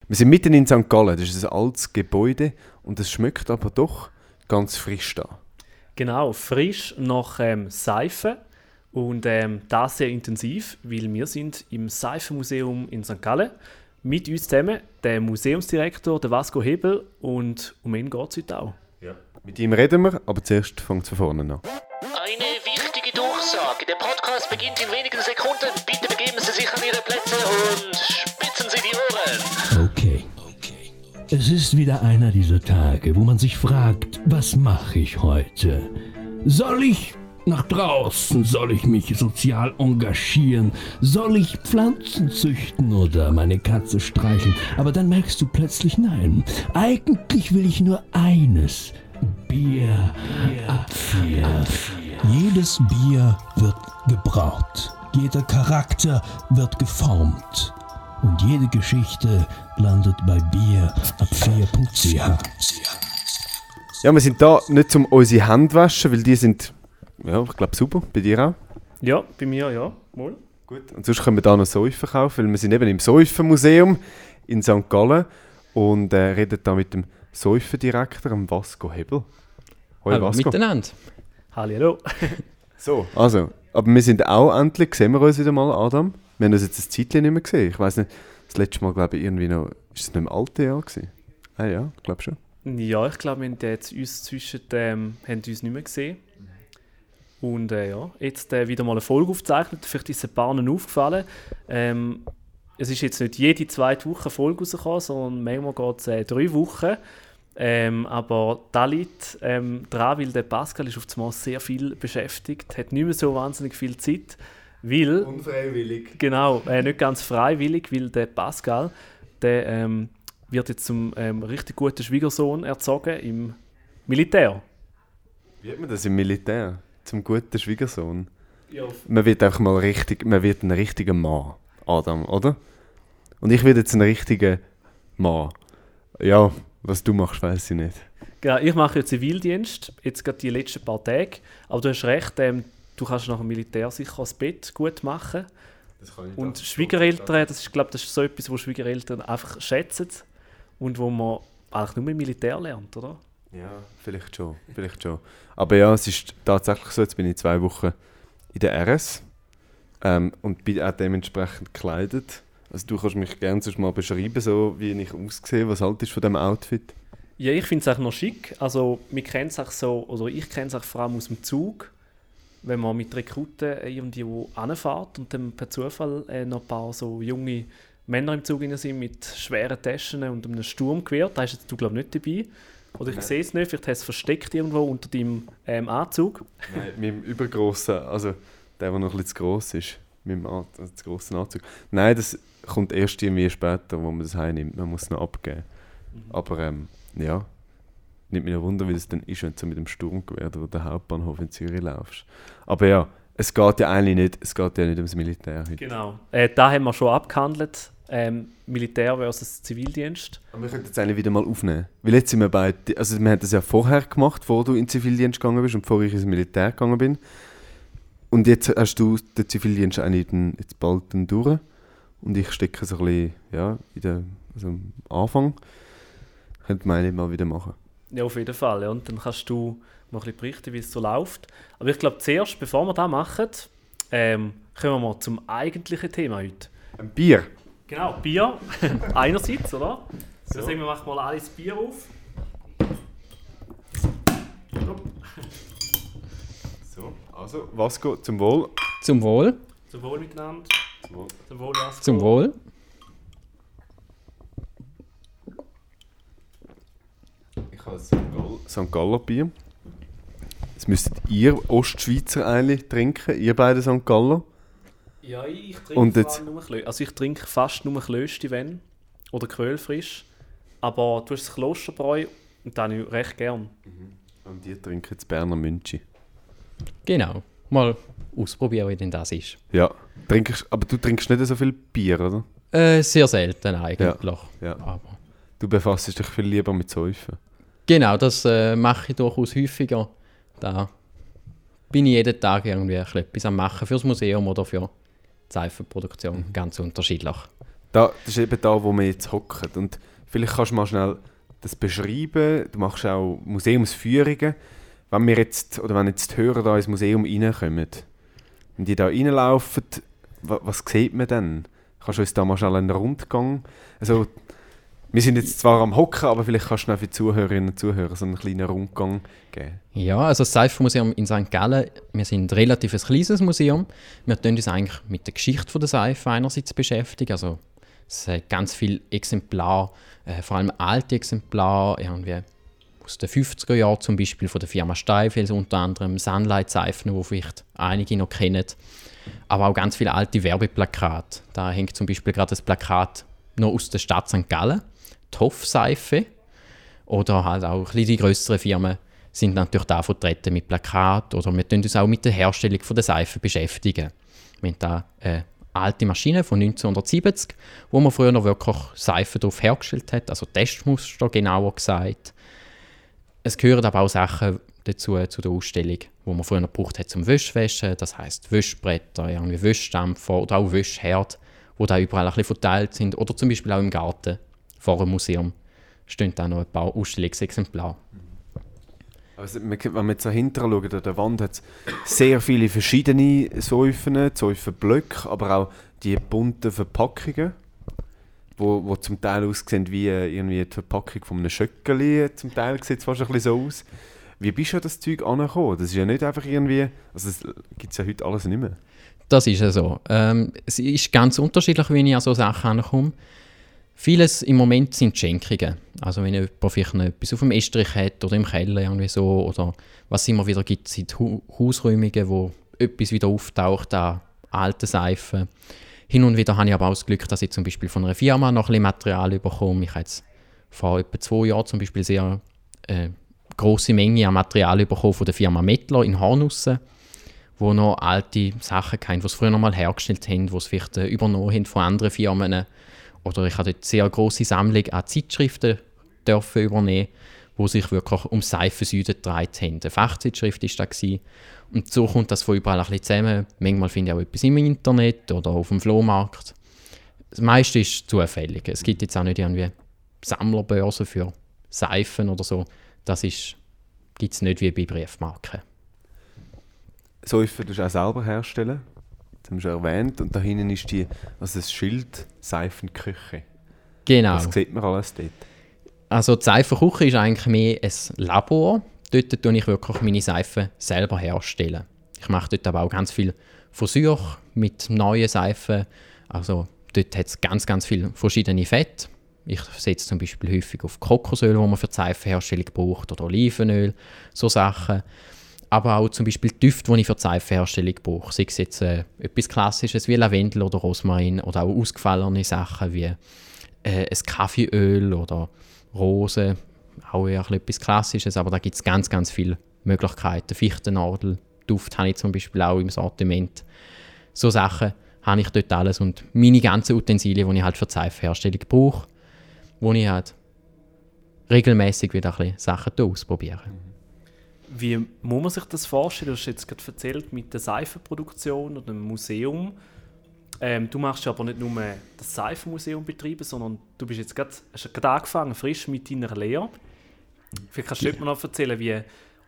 Wir sind mitten in St. Gallen, das ist ein altes Gebäude und es schmeckt aber doch ganz frisch da. Genau, frisch nach Seife und das sehr intensiv, weil wir sind im Seifenmuseum in St. Gallen. Mit uns zusammen der Museumsdirektor, der Vasco Hebel, und um ihn geht es heute auch. Ja. Mit ihm reden wir, aber zuerst fangen wir von vorne an. Eine wichtige Durchsage. Der Podcast beginnt in wenigen Sekunden. Bitte begeben Sie sich an Ihre Plätze und spitzen Sie die Ohren. Okay. Es ist wieder einer dieser Tage, wo man sich fragt, was mache ich heute? Soll ich nach draußen? Soll ich mich sozial engagieren? Soll ich Pflanzen züchten oder meine Katze streicheln? Aber dann merkst du plötzlich, nein, eigentlich will ich nur eines. Bier abführen. Jedes Bier wird gebraut. Jeder Charakter wird geformt. Und jede Geschichte landet bei bierab4.ch. Ja, wir sind da nicht um unsere Hände waschen, weil die sind, ja, ich glaube, super. Bei dir auch? Ja, bei mir ja. Wohl. Gut. Und sonst können wir da noch Säufen kaufen, weil wir sind eben im Säufenmuseum in St. Gallen und reden da mit dem Säufendirektor, dem Vasco Hebel. Hoi, Hallo Vasco. miteinander. Hallo. So, also, aber wir sind auch endlich, sehen wir uns wieder mal, Adam. Wir haben uns jetzt ein Zeitchen nicht mehr gesehen. Ich weiss nicht, das letzte Mal, glaube ich, irgendwie noch, ist es nicht im alten Jahr gewesen? Ah ja, ich glaube schon. Ja, ich glaube, wir haben jetzt uns haben uns nicht mehr gesehen. Und ja, jetzt wieder mal eine Folge aufgezeichnet. Vielleicht ist es ein paar aufgefallen. Es ist jetzt nicht jede zweite Woche eine Folge rausgekommen, sondern manchmal geht es 3 Wochen. Aber da liegt dran, weil der Pascal ist auf einmal sehr viel beschäftigt, hat nicht mehr so wahnsinnig viel Zeit. Weil, unfreiwillig. Genau, nicht ganz freiwillig, weil der Pascal, der wird jetzt zum richtig guten Schwiegersohn erzogen im Militär. Wie hat man das im Militär? Zum guten Schwiegersohn? Ja. Man wird einfach mal man wird ein richtiger Mann, Adam, oder? Und ich werde jetzt ein richtiger Mann. Ja, was du machst, weiß ich nicht. Genau, ich mache ja Zivildienst, jetzt gerade die letzten paar Tage. Aber du hast recht, du kannst nach dem Militär sicher das Bett gut machen. Das kann ich Und Schwiegereltern, das ist so etwas, was Schwiegereltern einfach schätzen und wo man eigentlich nur im Militär lernt, oder? Ja, vielleicht schon. Aber ja, es ist tatsächlich so, jetzt bin ich 2 Wochen in der RS und bin auch dementsprechend gekleidet. Also du kannst mich gerne sonst mal beschreiben, so wie ich aussehe, was halt ist von diesem Outfit. Ja, ich finde es auch noch schick. Also wir kennen es auch so, oder ich kenne es auch vor allem aus dem Zug, wenn man mit Rekruten irgendwo hinfährt und dann per Zufall noch ein paar so junge Männer im Zug sind mit schweren Taschen und einem Sturmgewehr. Da hast du, glaube ich, nicht dabei. Oder ich sehe es nicht, vielleicht hast du es versteckt irgendwo unter deinem Anzug. Nein, mit dem übergrossen, also der noch ein bisschen zu gross ist, mit dem zu grossen Anzug. Nein, das kommt erst irgendwie später, wo man das heimnimmt. Man muss es noch abgeben. Aber ja, nicht mehr wundern, wie das dann ist, wenn du mit dem Sturmgewehr durch den Hauptbahnhof in Zürich laufst. Aber ja, es geht ja eigentlich nicht ums Militär heute. Genau. Da haben wir schon abgehandelt. Militär versus Zivildienst. Aber wir könnten jetzt eigentlich wieder mal aufnehmen. Weil jetzt sind wir beide, also wir haben das ja vorher gemacht, bevor du in den Zivildienst gegangen bist und bevor ich ins Militär gegangen bin. Und jetzt hast du den Zivildienst eigentlich jetzt bald dann durch. Und ich stecke so ein bisschen, ja, am Anfang. Könnte man eigentlich mal wieder machen. Ja, auf jeden Fall. Ja. Und dann kannst du mal ein bisschen berichten, wie es so läuft. Aber ich glaube, zuerst, bevor wir das machen, kommen wir mal zum eigentlichen Thema heute. Ein Bier. Genau, Bier. Einerseits, oder? So. Wir machen mal alles Bier auf. So, also, Vasco, zum Wohl. Zum Wohl. Zum Wohl miteinander. Zum Wohl. Zum Wohl, Vasco. Zum Wohl. Ich habe St. Galler Bier. Das müsstet ihr Ostschweizer eigentlich trinken, ihr beide St. Galler. Ja, ich Und trinke jetzt- nur Klösti. Also ich trinke fast nur Klösti, wenn. Oder Quellfrisch. Aber du hast das Klosterbräu und das habe ich recht gern. Und ihr trinkt jetzt Berner Münchi. Genau. Mal ausprobieren, wie denn das ist. Ja. Aber du trinkst nicht so viel Bier, oder? Sehr selten eigentlich. Ja. Aber Du befasst dich viel lieber mit Säufen. genau, das mache ich durchaus häufiger. Da bin ich jeden Tag irgendwie etwas am machen fürs Museum oder für die Seifenproduktion. Ganz unterschiedlich. das ist eben da, wo wir jetzt hocken. Und vielleicht kannst du mal schnell das beschreiben. Du machst auch Museumsführungen. Wenn jetzt die Hörer da ins Museum reinkommen und die da reinlaufen, was sieht man dann? Kannst du uns da mal schnell einen Rundgang... Also, wir sind jetzt zwar am Hocken, aber vielleicht kannst du noch für die Zuhörerinnen und Zuhörer so einen kleinen Rundgang geben. Ja, also das Seifenmuseum in St. Gallen, wir sind ein relativ kleines Museum. Wir tun uns eigentlich mit der Geschichte der Seife einerseits beschäftigen. Also es hat ganz viele Exemplare, vor allem alte Exemplare, irgendwie aus den 50er Jahren zum Beispiel von der Firma Steinfels, unter anderem Sunlight-Seifen, die vielleicht einige noch kennen. Aber auch ganz viele alte Werbeplakate. Da hängt zum Beispiel gerade das Plakat noch aus der Stadt St. Gallen, die Hoff-Seife. Oder halt auch ein bisschen die grösseren Firmen sind natürlich da vertreten mit Plakaten. Oder wir tun uns auch mit der Herstellung der Seife beschäftigen. Wir haben da eine alte Maschine von 1970, wo man früher noch wirklich Seife drauf hergestellt hat, also Testmuster genauer gesagt. Es gehören aber auch Sachen dazu, zu der Ausstellung, die man früher noch gebraucht hat zum Wäschwaschen. Das heisst Wäschbretter, irgendwie Wäschstampfer oder auch Wäschherd, die da überall ein bisschen verteilt sind. Oder zum Beispiel auch im Garten vor dem Museum stehen da noch ein paar Ausstellungsexemplare. Also, wenn wir jetzt dahinter schauen, an der Wand hat es sehr viele verschiedene Seifenblöcke, aber auch die bunten Verpackungen, wo zum Teil aussehen wie irgendwie die Verpackung von einem Schöckeli. Zum Teil sieht es fast ein bisschen so aus. Wie bist du an das Zeug angekommen? Das ist ja nicht einfach irgendwie... Also das gibt es ja heute alles nicht mehr. Das ist ja so. Es ist ganz unterschiedlich, wie ich an so Sachen ankomme. Vieles im Moment sind Schenkungen. Also wenn jemand vielleicht noch etwas auf dem Estrich hat oder im Keller irgendwie so. Oder was es immer wieder gibt, sind Hausräumungen, wo etwas wieder auftaucht an alten Seifen. Hin und wieder habe ich aber auch das Glück, dass ich zum Beispiel von einer Firma noch ein bisschen Material bekomme. Ich habe jetzt vor etwa 2 Jahren zum Beispiel sehr grosse Menge an Material bekommen von der Firma Mettler in Hornussen, wo noch alte Sachen hatten, die sie früher noch mal hergestellt haben, die sie vielleicht übernommen haben von anderen Firmen. Oder ich habe dort eine sehr grosse Sammlung an Zeitschriften dürfen übernehmen, die sich wirklich um Seifensüden gedreht haben. Eine Fachzeitschrift war das. Und so kommt das von überall ein bisschen zusammen. Manchmal finde ich auch etwas im Internet oder auf dem Flohmarkt. Das meiste ist zufällig. Es gibt jetzt auch nicht irgendwie Sammlerbörsen für Seifen oder so. Das gibt es nicht wie bei Briefmarken. Seife tust du auch selber herstellen. Das haben wir schon erwähnt. Und da hinten ist das Schild Seifenküche. Genau. Was sieht man alles dort? Also die Seifenküche ist eigentlich mehr ein Labor. Dort tue ich wirklich meine Seifen selber herstellen. Ich mache dort aber auch ganz viele Versuche mit neuen Seifen. Also dort hat es ganz, ganz viele verschiedene Fette. Ich setze zum Beispiel häufig auf Kokosöl, das man für die Seifenherstellung braucht, oder Olivenöl, so Sachen. Aber auch zum Beispiel Düfte, die ich für die Seifenherstellung brauche. Sei es jetzt etwas Klassisches wie Lavendel oder Rosmarin oder auch ausgefallene Sachen wie ein Kaffeeöl oder Rosen. Auch eher etwas Klassisches, aber da gibt es ganz, ganz viele Möglichkeiten. Fichtennadel, Duft habe ich zum Beispiel auch im Sortiment. So Sachen habe ich dort alles und meine ganzen Utensilien, die ich halt für die Seifenherstellung brauche, wo ich halt regelmäßig wieder ein bisschen Sachen ausprobiere. Wie muss man sich das vorstellen? Du hast jetzt gerade erzählt mit der Seifenproduktion oder dem Museum. Du machst aber nicht nur das Seifenmuseum betreiben, sondern du bist jetzt hast gerade angefangen, frisch mit deiner Lehre. Vielleicht kannst du mir noch erzählen, wie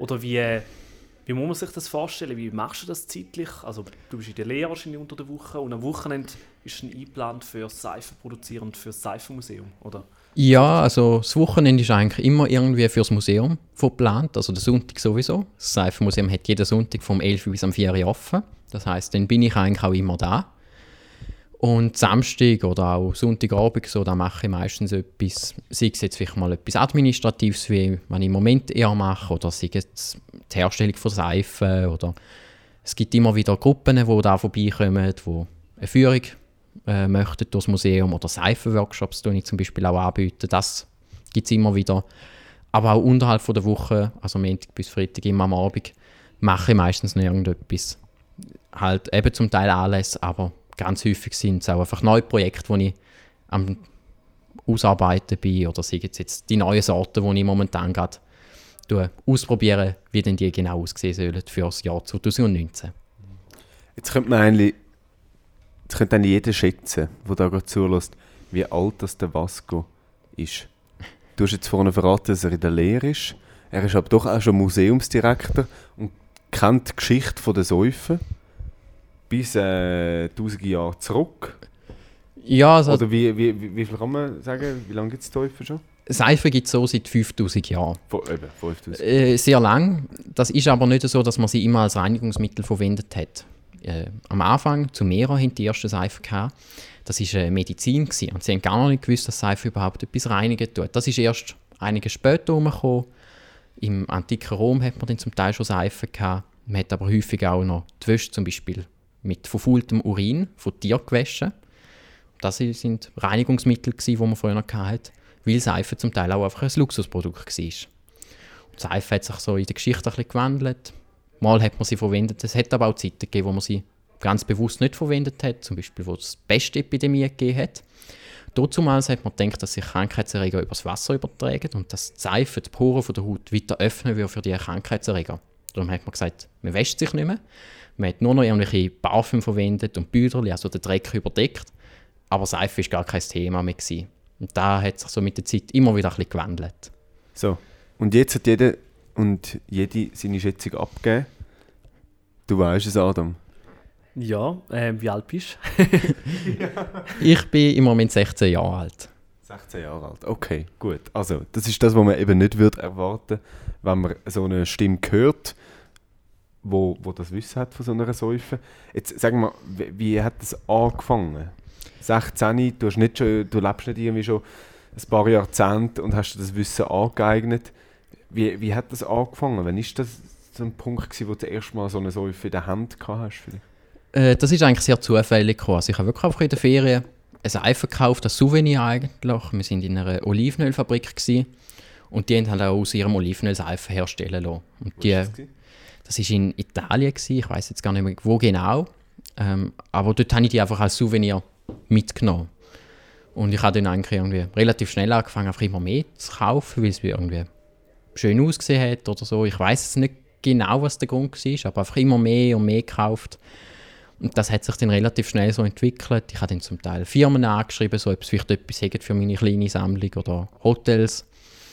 muss man sich das vorstellen? Wie machst du das zeitlich? Also du bist in der Lehre wahrscheinlich unter der Woche und am Wochenende ist ein eingeplant für das Seifenproduzieren und für das Seifenmuseum, oder? Ja, also das Wochenende ist eigentlich immer irgendwie fürs Museum verplant, also der Sonntag sowieso. Das Seifenmuseum hat jeden Sonntag vom 11 bis am 4 Uhr offen. Das heisst, dann bin ich eigentlich auch immer da. Und Samstag oder auch Sonntagabend, so, da mache ich meistens etwas, sei es jetzt vielleicht mal etwas Administratives, wie man im Moment eher mache, oder sei es die Herstellung von Seifen, oder es gibt immer wieder Gruppen, die da vorbeikommen, die eine Führung möchten durchs Museum, oder Seifenworkshops, die ich zum Beispiel auch anbiete, das gibt es immer wieder. Aber auch unterhalb von der Woche, also Montag bis Freitag, immer am Abend, mache ich meistens noch irgendetwas. Halt eben zum Teil alles, aber ganz häufig sind es auch einfach neue Projekte, die ich am Ausarbeiten bin, oder sei es jetzt die neuen Sorten, die ich momentan gerade ausprobiere, wie denn die genau aussehen sollen für das Jahr 2019. Jetzt könnte eigentlich jeder schätzen, der da gerade zulässt, wie alt das der Vasco ist. Du hast jetzt vorhin verraten, dass er in der Lehre ist. Er ist aber doch auch schon Museumsdirektor und kennt die Geschichte der Säufen bis 1000 Jahre zurück. Ja, also Oder wie viel kann man sagen? Wie lange gibt es Säufen schon? Seife gibt es so seit 5000 Jahren. Eben, 5000. Sehr lang. Das ist aber nicht so, dass man sie immer als Reinigungsmittel verwendet hat. Am Anfang, zu Mera, haben die ersten Seifen gehabt. Das war Medizin gewesen. Und sie haben gar noch nicht gewusst, dass Seife überhaupt etwas reinigen tut. Das ist erst einige später herumgekommen. Im antiken Rom hat man dann zum Teil schon Seife gehabt. Man hat aber häufig auch noch die Wäsche zum Beispiel mit verfaultem Urin von Tieren gewaschen. Das sind Reinigungsmittel, die man früher noch hatte, weil Seife zum Teil auch einfach ein Luxusprodukt war. Und Seife hat sich so in der Geschichte ein bisschen gewandelt. Mal hat man sie verwendet, es hat aber auch Zeiten gegeben, wo man sie ganz bewusst nicht verwendet hat, zum Beispiel, wo es Pestepidemie gegeben hat. Dazumals hat man gedacht, dass sich Krankheitserreger über das Wasser übertragen und dass die Seife die Poren von der Haut weiter öffnen würde für die Krankheitserreger. Darum hat man gesagt, man wäscht sich nicht mehr. Man hat nur noch irgendwelche Parfüm verwendet und Büderli, also den Dreck überdeckt. Aber Seife war gar kein Thema mehr gewesen. Und da hat sich so mit der Zeit immer wieder ein bisschen gewandelt. So, und jetzt hat jeder und jede seine Schätzung abgegeben. Du weißt es, Adam. Ja, wie alt bist Ich bin im Moment 16 Jahre alt. 16 Jahre alt, okay, gut. Also, das ist das, was man eben nicht würde erwarten, wenn man so eine Stimme hört, wo das Wissen hat von so einer Säufe. Jetzt sag mal, wie hat das angefangen? 16, du lebst nicht irgendwie schon ein paar Jahrzehnte und hast dir das Wissen angeeignet. Wie hat das angefangen? Wann war das so ein Punkt gewesen, wo du das erste Mal so eine Säufe in der Hand gehabt hast? Das ist eigentlich sehr zufällig gekommen. Also ich habe wirklich einfach in der Ferien eine Seife gekauft, ein Souvenir eigentlich. Wir waren in einer Olivenölfabrik gewesen, und die haben halt auch aus ihrem Olivenöl Seife herstellen lassen. Und das war in Italien gewesen. Ich weiss jetzt gar nicht mehr, wo genau. Aber dort habe ich die einfach als Souvenir mitgenommen. Und ich habe dann eigentlich irgendwie relativ schnell angefangen, einfach immer mehr zu kaufen, weil es irgendwie schön ausgesehen hat oder so. Ich weiss jetzt nicht genau, was der Grund war, aber einfach immer mehr und mehr gekauft. Und das hat sich dann relativ schnell so entwickelt. Ich habe dann zum Teil Firmen angeschrieben, so ob sie vielleicht etwas hätten für meine kleine Sammlung oder Hotels.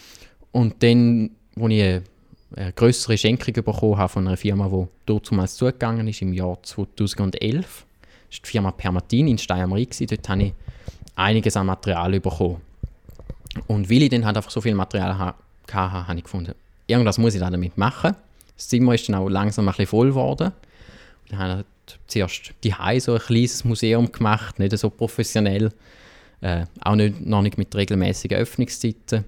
Und dann, als ich eine grössere Schenkung bekommen habe von einer Firma, die damals zugegangen ist, im Jahr 2011, das war die Firma Permatin in Steiermark. Dort habe ich einiges an Material bekommen. Und weil ich dann halt einfach so viel Material hatte, habe ich gefunden, irgendwas muss ich damit machen. Das Zimmer ist dann auch langsam ein bisschen voll geworden. Dann habe ich zuerst daheim so ein kleines Museum gemacht, nicht so professionell, auch noch nicht mit regelmäßigen Öffnungszeiten.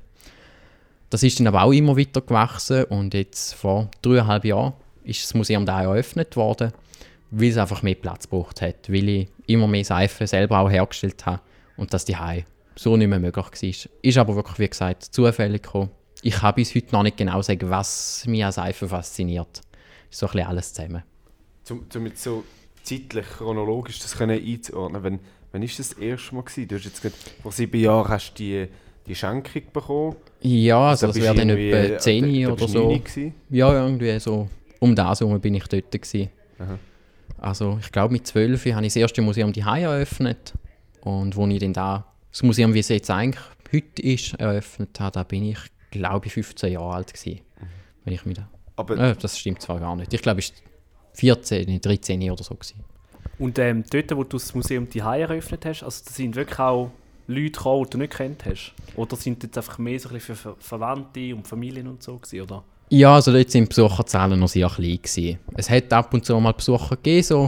Das ist dann aber auch immer weiter gewachsen und jetzt vor 3,5 Jahren ist das Museum da eröffnet worden, weil es einfach mehr Platz gebraucht hat, weil ich immer mehr Seife selber auch hergestellt habe und das daheim so nicht mehr möglich war. Ist aber wirklich, wie gesagt, zufällig gekommen. Ich kann bis heute noch nicht genau sagen, was mich an Seife fasziniert. Ist so ein bisschen alles zusammen. Um jetzt so zeitlich, chronologisch das einzuordnen, wann war das erste Mal gewesen? Du hast jetzt gerade, vor 7 Jahren hast du die Schenkung bekommen. Ja, also das wäre dann etwa 10 oder so. Ja, irgendwie so um das herum bin ich dort gewesen. Aha. Also ich glaube mit 12 habe ich das erste Museum daheim eröffnet. Und als ich dann das Museum, wie es jetzt eigentlich heute ist, eröffnet habe, da bin ich, glaube ich, 15 Jahre alt gewesen. Wenn ich mich da... Aber das stimmt zwar gar nicht. Ich glaube, es war 14, 13 oder so gewesen. Und dort, wo du das Museum daheim eröffnet hast, also da sind wirklich auch Leute gekommen, die du nicht kennt hast? Oder sind das einfach mehr so ein bisschen für Verwandte und Familien und so gewesen, oder? Ja, also dort sind die Besucherzahlen noch sehr klein gewesen. Es hat ab und zu mal Besucher gegeben, so,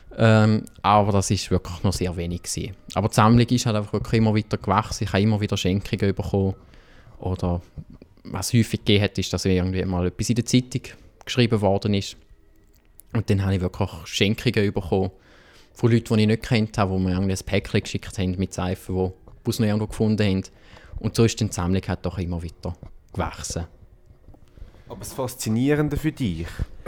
aber das war wirklich noch sehr wenig gewesen. Aber die Sammlung ist halt einfach wirklich immer weiter gewachsen. Ich habe immer wieder Schenkungen bekommen. Oder was häufig gegeben hat, ist, dass irgendwie mal etwas in der Zeitung geschrieben worden ist. Und dann habe ich wirklich Schenkungen bekommen von Leuten, die ich nicht kennt habe, die mir irgendwie ein Päckchen geschickt haben mit Seifen, die sie noch irgendwo gefunden haben. Und so ist dann die Sammlung halt doch immer weiter gewachsen. Aber das Faszinierende für dich,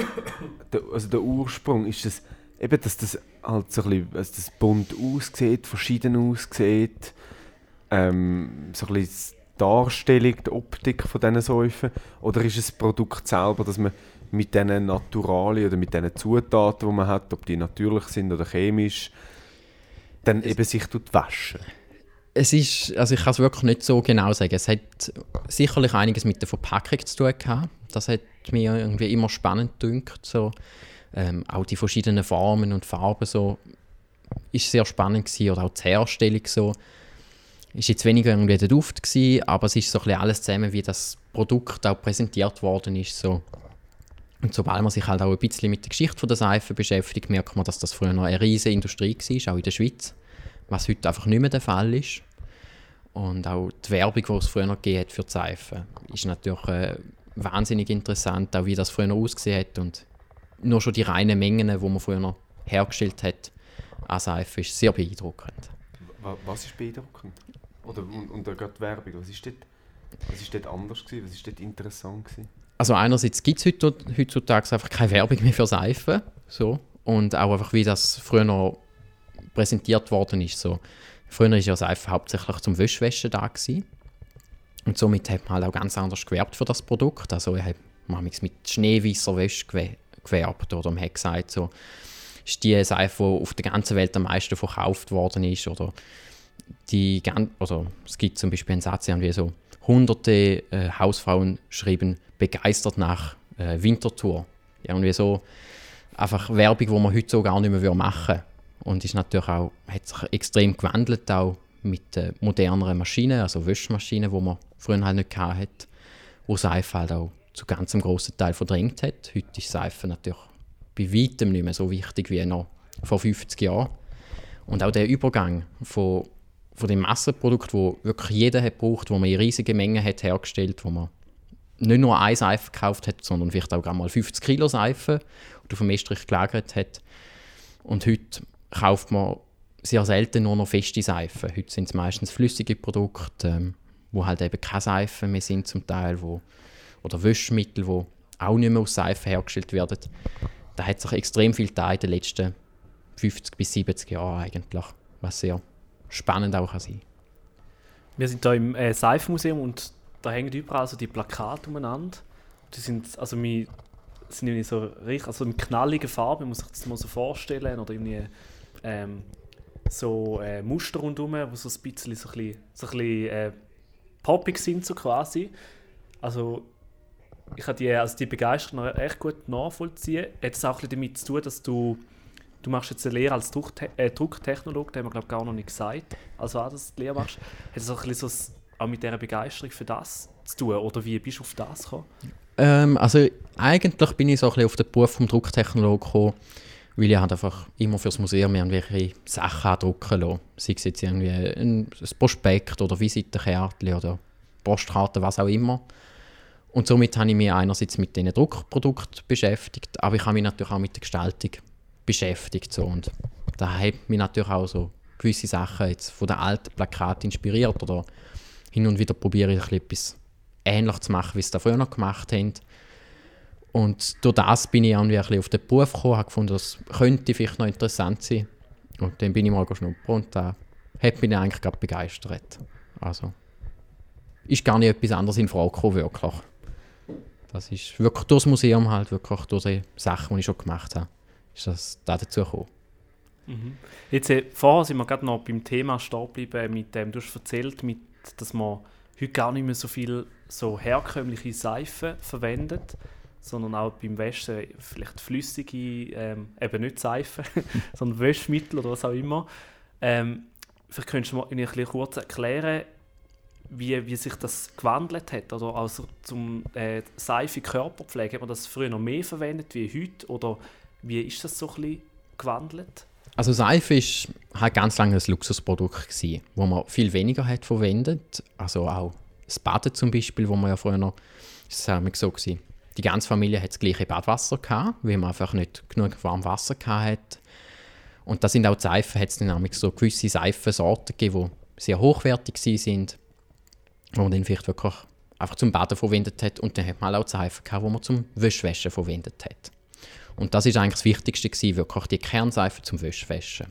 der Ursprung, ist das eben, dass das halt so ein bisschen, dass das bunt aussieht, verschieden aussieht, so ein bisschen die Darstellung, die Optik von diesen Säufen, oder ist es das Produkt selber, dass man mit diesen Naturalien oder mit diesen Zutaten, die man hat, ob die natürlich sind oder chemisch, dann eben sich waschen? Es ist, also ich kann es wirklich nicht so genau sagen. Es hat sicherlich einiges mit der Verpackung zu tun gehabt. Das hat mir irgendwie immer spannend gedünkt. So. Auch die verschiedenen Formen und Farben so, ist sehr spannend gewesen. Oder auch die Herstellung so. Ist jetzt weniger irgendwie der Duft gewesen, aber es ist so ein bisschen alles zusammen, wie das Produkt auch präsentiert worden ist. So. Und sobald man sich halt auch ein bisschen mit der Geschichte der Seife beschäftigt, merkt man, dass das früher noch eine riesige Industrie war, auch in der Schweiz. Was heute einfach nicht mehr der Fall ist. Und auch die Werbung, die es früher noch gegeben hat für die Seife, ist natürlich wahnsinnig interessant, auch wie das früher noch ausgesehen hat. Und nur schon die reinen Mengen, die man früher noch hergestellt hat an Seife, ist sehr beeindruckend. Was ist beeindruckend? Oder, und gerade die Werbung, was ist dort anders gewesen? Was ist dort interessant gewesen? Also einerseits gibt es heutzutage einfach keine Werbung mehr für Seife. So. Und auch einfach, wie das früher noch präsentiert worden ist. So. Früher war ja Seife hauptsächlich zum Wäschwaschen da gewesen. Und somit hat man halt auch ganz anders gewerbt für das Produkt. Also man hat mit schneeweißer Wäsche gewerbt. Oder man hat gesagt, so, ist die Seife, die auf der ganzen Welt am meisten verkauft worden ist. Oder es gibt zum Beispiel einen Satz, wie so hunderte Hausfrauen schreiben begeistert nach Winterthur. Irgendwie so einfach Werbung, die man heute so gar nicht mehr machen würde. Und ist natürlich auch, hat sich extrem gewandelt, auch mit moderneren Maschinen, also Wäschmaschinen, die man früher halt nicht hatte, wo Seife halt auch zu ganz einem grossen Teil verdrängt hat. Heute ist Seife natürlich bei weitem nicht mehr so wichtig wie noch vor 50 Jahren. Und auch der Übergang von dem Massenprodukt, wo wirklich jeder hat gebraucht, wo man in riesigen Mengen hat hergestellt, wo man nicht nur eine Seife gekauft hat, sondern vielleicht auch mal 50 Kilo Seife und auf dem Estrich gelagert hat. Und heute kauft man sehr selten nur noch feste Seifen. Heute sind es meistens flüssige Produkte, wo halt eben keine Seifen mehr sind zum Teil, oder Wäschmittel, die auch nicht mehr aus Seife hergestellt werden. Da hat sich extrem viel getan in den letzten 50 bis 70 Jahren eigentlich, was sehr spannend auch kann sein. Wir sind hier im Seifenmuseum und da hängen überall so die Plakate umeinander. Die sind irgendwie so richtig, also in knalligen Farben, man muss sich das mal so vorstellen, oder irgendwie Muster rundherum, die so ein bisschen poppig sind, so quasi. Also ich kann die Begeisterung echt gut nachvollziehen. Hat es auch ein bisschen damit zu tun, dass du machst jetzt eine Lehre als Drucktechnologe, das haben wir glaube gar noch nicht gesagt, also auch, dass du die Lehre machst. Hat es auch ein bisschen so auch mit dieser Begeisterung für das zu tun, oder wie bist du auf das gekommen? Also eigentlich bin ich so ein bisschen auf den Beruf vom Drucktechnologen gekommen, weil ich halt einfach immer fürs Museum irgendwelche Sachen drucken lassen. Sei es jetzt irgendwie ein Prospekt oder Visitenkärtchen oder Postkarte, was auch immer. Und somit habe ich mich einerseits mit diesen Druckprodukten beschäftigt, aber ich habe mich natürlich auch mit der Gestaltung beschäftigt. So. Und da hat mich natürlich auch so gewisse Sachen jetzt von den alten Plakaten inspiriert, oder hin und wieder probiere ich etwas ähnlich zu machen, wie sie das früher noch gemacht haben. Und durch das bin ich irgendwie ein bisschen auf den Beruf gekommen, habe gefunden, das könnte vielleicht noch interessant sein. Und dann bin ich mal schnuppern und da hat mich eigentlich gerade begeistert. Also ist gar nicht etwas anderes in Frage gekommen, wirklich. Das ist wirklich durch das Museum, halt, wirklich durch die Sachen, die ich schon gemacht habe, ist das da dazu gekommen. Mhm. Jetzt, vorher sind wir gerade noch beim Thema stehen geblieben, mit dem, du hast erzählt, dass man heute gar nicht mehr so viel so herkömmliche Seife verwendet, sondern auch beim Waschen vielleicht flüssige, eben nicht Seife, sondern Waschmittel oder was auch immer. Vielleicht könntest du mir ein bisschen kurz erklären, wie sich das gewandelt hat, oder also zum Seife Körperpflege, hat man das früher noch mehr verwendet wie heute, oder wie ist das so ein bisschen gewandelt? Also Seife war halt ganz lange ein Luxusprodukt gewesen, wo man viel weniger hat verwendet. Also auch das Baden zum Beispiel, wo man ja früher noch, das war so gewesen, die ganze Familie hat das gleiche Badwasser gehabt, weil man einfach nicht genug warmes Wasser hatte. Und da sind auch die Seifen, hat es dann nämlich so gewisse Seifensorten gegeben, die sehr hochwertig sind, wo man dann vielleicht wirklich einfach zum Baden verwendet hat. Und dann hat man auch die Seifen gehabt, die man zum Wäschwaschen verwendet hat. Und das war eigentlich das Wichtigste gewesen, wirklich die Kernseife zum Wäschwaschen.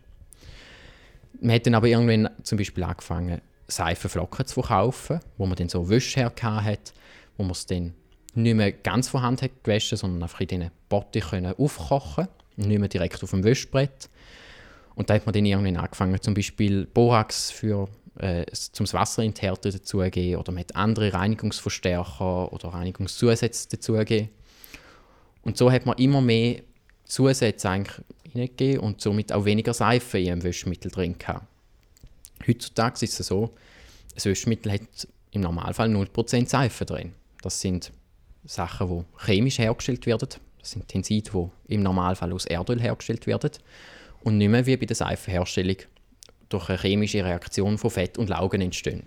Man hat dann aber irgendwann zum Beispiel angefangen, Seifenflocken zu verkaufen, wo man dann so Wäsche hat, wo man es dann nicht mehr ganz von Hand hat gewaschen, sondern einfach in diesen Bottich aufkochen und nicht mehr direkt auf dem Wäschbrett. Und da hat man dann irgendwann angefangen, zum Beispiel Borax für zum Wasser in die Härte dazugeben oder man hat andere Reinigungsverstärker oder Reinigungszusätze dazugeben. Und so hat man immer mehr Zusätze eigentlich hineingegeben und somit auch weniger Seife in einem Waschmittel drin gehabt. Heutzutage ist es so, ein Waschmittel hat im Normalfall 0% Seife drin. Das sind Sachen, die chemisch hergestellt werden. Das sind Tenside, die im Normalfall aus Erdöl hergestellt werden. Und nicht mehr wie bei der Seifenherstellung durch eine chemische Reaktion von Fett und Laugen entstehen.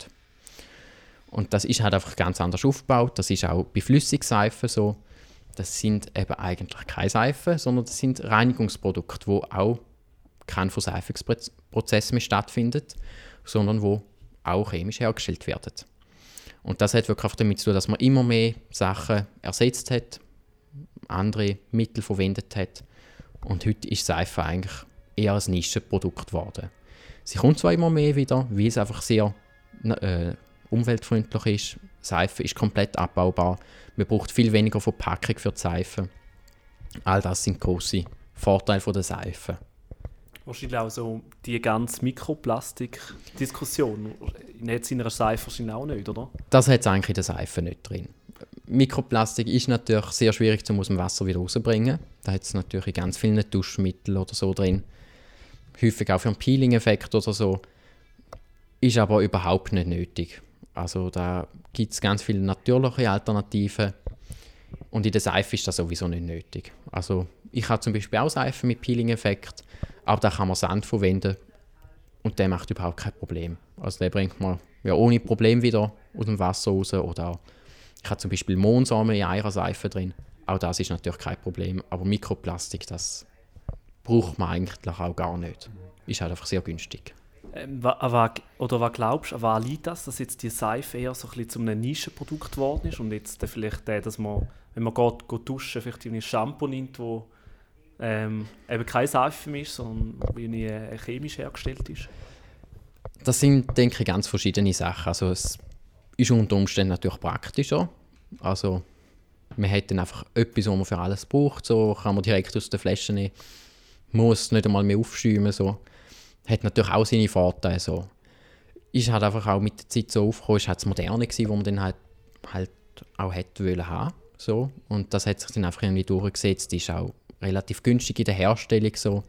Und das ist halt einfach ganz anders aufgebaut. Das ist auch bei Flüssigseifen so. Das sind eben eigentlich keine Seifen, sondern das sind Reinigungsprodukte, wo auch kein Verseifungsprozess mehr stattfindet, sondern wo auch chemisch hergestellt werden. Und das hat wirklich damit zu tun, dass man immer mehr Sachen ersetzt hat, andere Mittel verwendet hat. Und heute ist Seife eigentlich eher ein Nischenprodukt geworden. Sie kommt zwar immer mehr wieder, weil es einfach sehr umweltfreundlich ist. Seife ist komplett abbaubar. Man braucht viel weniger Verpackung für die Seife. All das sind grosse Vorteile von der Seife. Wahrscheinlich auch so die ganze Mikroplastik-Diskussion. Hat es in einer Seife wahrscheinlich auch nicht, oder? Das hat es eigentlich in der Seife nicht drin. Mikroplastik ist natürlich sehr schwierig aus dem Wasser wieder rauszubringen. Da hat es natürlich in ganz vielen Duschmitteln oder so drin. Häufig auch für einen Peeling-Effekt oder so. Ist aber überhaupt nicht nötig. Also da gibt es ganz viele natürliche Alternativen. Und in der Seife ist das sowieso nicht nötig. Also ich habe zum Beispiel auch Seife mit Peeling-Effekt, aber da kann man Sand verwenden und der macht überhaupt kein Problem. Also der bringt man ja ohne Problem wieder aus dem Wasser raus. Oder ich habe zum Beispiel Mohnsamen in einer Seife drin. Auch das ist natürlich kein Problem. Aber Mikroplastik, das braucht man eigentlich auch gar nicht. Ist halt einfach sehr günstig. Was glaubst du, an was liegt das, dass jetzt die Seife eher so ein bisschen zu einem Nischenprodukt geworden ist und jetzt vielleicht dass man, wenn man geht duschen, vielleicht ein Shampoo nimmt, wo eben keine Seife mehr ist, sondern wie chemisch hergestellt ist? Das sind, denke ich, ganz verschiedene Sachen. Also es ist unter Umständen natürlich praktischer. Also man hat dann einfach etwas, was man für alles braucht. So kann man direkt aus der Flasche nehmen. Muss nicht einmal mehr aufschäumen. So. Hat natürlich auch seine Vorteile. So. Ist halt einfach auch mit der Zeit so aufgekommen, ist halt das Moderne gewesen, wo man dann halt auch hätte wollen haben. So. Und das hat sich dann einfach irgendwie durchgesetzt. Ist auch relativ günstig in der Herstellung. So.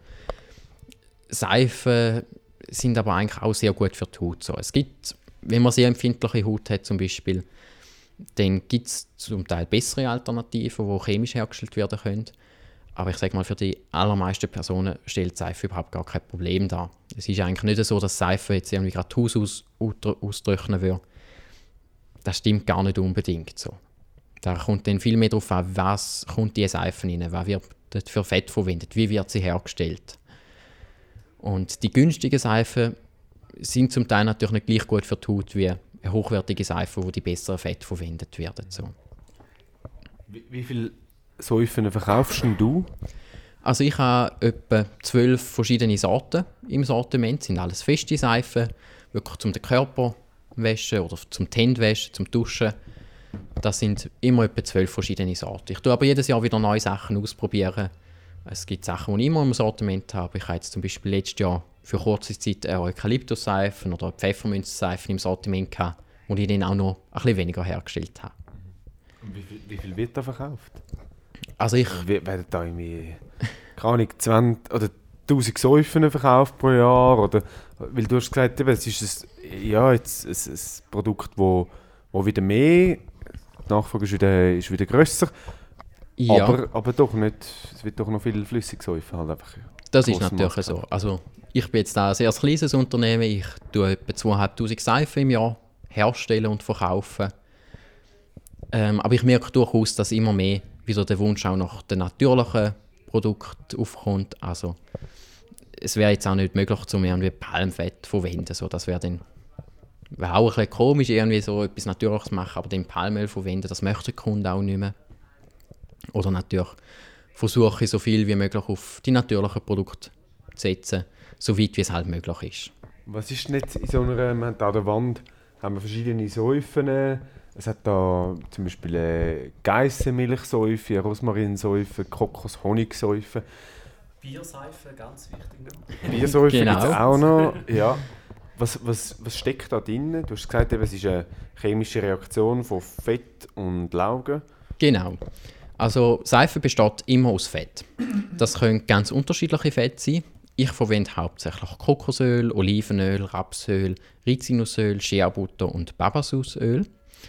Seifen sind aber eigentlich auch sehr gut für die Haut. So. Es gibt, wenn man sehr empfindliche Haut hat zum Beispiel, dann gibt es zum Teil bessere Alternativen, die chemisch hergestellt werden können. Aber ich sage mal, für die allermeisten Personen stellt Seife überhaupt gar kein Problem dar. Es ist eigentlich nicht so, dass Seife jetzt irgendwie gerade das Haus austrocknen würde. Das stimmt gar nicht unbedingt so. Da kommt dann viel mehr darauf an, was kommt in die Seife rein, was wird dort für Fett verwendet, wie wird sie hergestellt. Und die günstigen Seifen sind zum Teil natürlich nicht gleich gut für die Haut wie eine hochwertige Seife, wo die besseren Fette verwendet werden. So. Wie viele Seifen verkaufst du? Also ich habe etwa 12 verschiedene Sorten im Sortiment. Das sind alles feste Seifen, wirklich zum den Körper waschen oder zum die Hände waschen, zum Duschen. Das sind immer etwa 12 verschiedene Sorten. Ich tue aber jedes Jahr wieder neue Sachen ausprobieren. Es gibt Sachen, die ich immer im Sortiment habe. Ich habe jetzt zum Beispiel letztes Jahr für kurze Zeit Eukalyptusseifen oder Pfefferminzseifen im Sortiment gehabt, die ich dann auch noch ein bisschen weniger hergestellt habe. Wie viel wird da verkauft? Also ich werden da irgendwie, keine Ahnung, 20 oder 1000 Seifen verkauft pro Jahr? Oder, weil du hast gesagt, es ist ein Produkt, wo wieder mehr, die Nachfrage ist wieder grösser. Ja. Aber doch nicht, es wird doch noch viel Flüssigseifen halt einfach. Das ist natürlich so. Also ich bin jetzt ein sehr kleines Unternehmen. Ich tue etwa 2500 Seifen im Jahr herstellen und verkaufen. Aber ich merke durchaus, dass immer mehr wieder der Wunsch auch nach den natürlichen Produkten aufkommt. Also es wäre jetzt auch nicht möglich, irgendwie Palmfett zu verwenden. So, das wäre dann auch ein bisschen komisch, irgendwie so etwas Natürliches zu machen, aber den Palmöl verwenden, das möchte der Kunde auch nicht mehr. Oder natürlich versuche ich so viel wie möglich auf die natürlichen Produkte zu setzen, so weit wie es halt möglich ist. Was ist denn jetzt in so einer, wir haben da an der Wand haben wir verschiedene Seifen. Es hat da zum Beispiel Geissenmilchseife, Rosmarinseife, Kokos-Honigseife. Bierseife, ganz wichtig. Bierseife Genau. gibt es auch noch, ja. Was steckt da drin? Du hast gesagt, es ist eine chemische Reaktion von Fett und Laugen. Genau. Also Seife besteht immer aus Fett. Das können ganz unterschiedliche Fette sein. Ich verwende hauptsächlich Kokosöl, Olivenöl, Rapsöl, Rizinusöl, Shea-Butter und Babassusöl.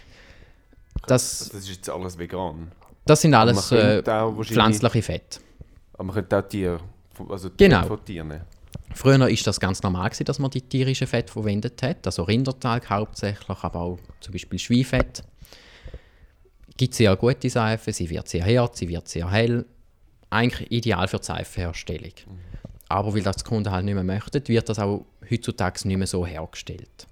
Das ist jetzt alles vegan. Das sind alles Man könnte auch pflanzliche Fette. Aber man könnte auch Tiere, also Genau. von Tieren nehmen. Früher war das ganz normal, dass man die tierischen Fette verwendet hat. Also Rindertalg hauptsächlich, aber auch zum Beispiel Schweinfett. Gibt sehr gute Seife, sie wird sehr hart, sie wird sehr hell. Eigentlich ideal für die Seifenherstellung. Aber weil das die Kunden halt nicht mehr möchten, wird das auch heutzutage nicht mehr so hergestellt.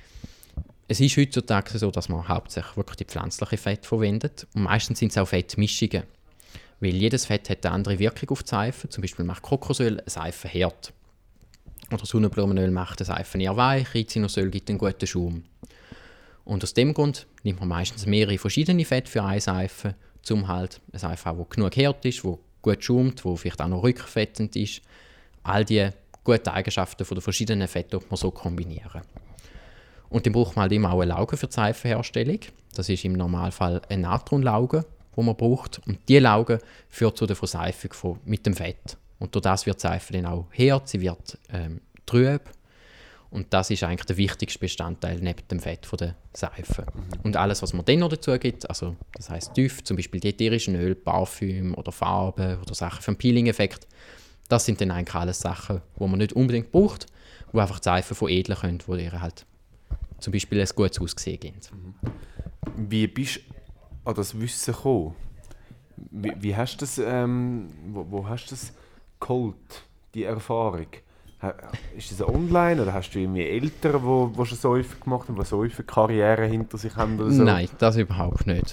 Es ist heutzutage so, dass man hauptsächlich wirklich die pflanzlichen Fette verwendet. Und meistens sind es auch Fettmischungen. Weil jedes Fett hat eine andere Wirkung auf die Seife. Zum Beispiel macht Kokosöl eine Seife hart. Oder Sonnenblumenöl macht eine Seife eher weich, Rizinusöl gibt einen guten Schaum. Und aus dem Grund nimmt man meistens mehrere verschiedene Fette für eine Seife, um halt eine Seife, die genug hart ist, die gut schaumt, die vielleicht auch noch rückfettend ist. All diese guten Eigenschaften von den verschiedenen Fetten kann man so kombinieren. Und dann braucht man halt immer auch eine Lauge für die Seifenherstellung. Das ist im Normalfall eine Natronlauge, die man braucht. Und diese Lauge führt zu der Verseifung mit dem Fett. Und durch das wird die Seife dann auch hart, sie wird trüb. Und das ist eigentlich der wichtigste Bestandteil neben dem Fett von der Seife. Und alles, was man dann noch dazu gibt, also das heisst Düfte, zum Beispiel die ätherischen Öl, Parfüm oder Farben oder Sachen für den Peeling-Effekt, das sind dann eigentlich alles Sachen, die man nicht unbedingt braucht, die einfach die Seife veredeln können, die ihr halt zum Beispiel ein gutes Aussehen geben. Wie bist du an das Wissen gekommen? Wie hast du das, wo hast du das geholt, die Erfahrung? Ist das online oder hast du irgendwie Eltern, die schon Säufe gemacht haben, die Säufe-Karriere hinter sich haben? Oder so? Nein, das überhaupt nicht.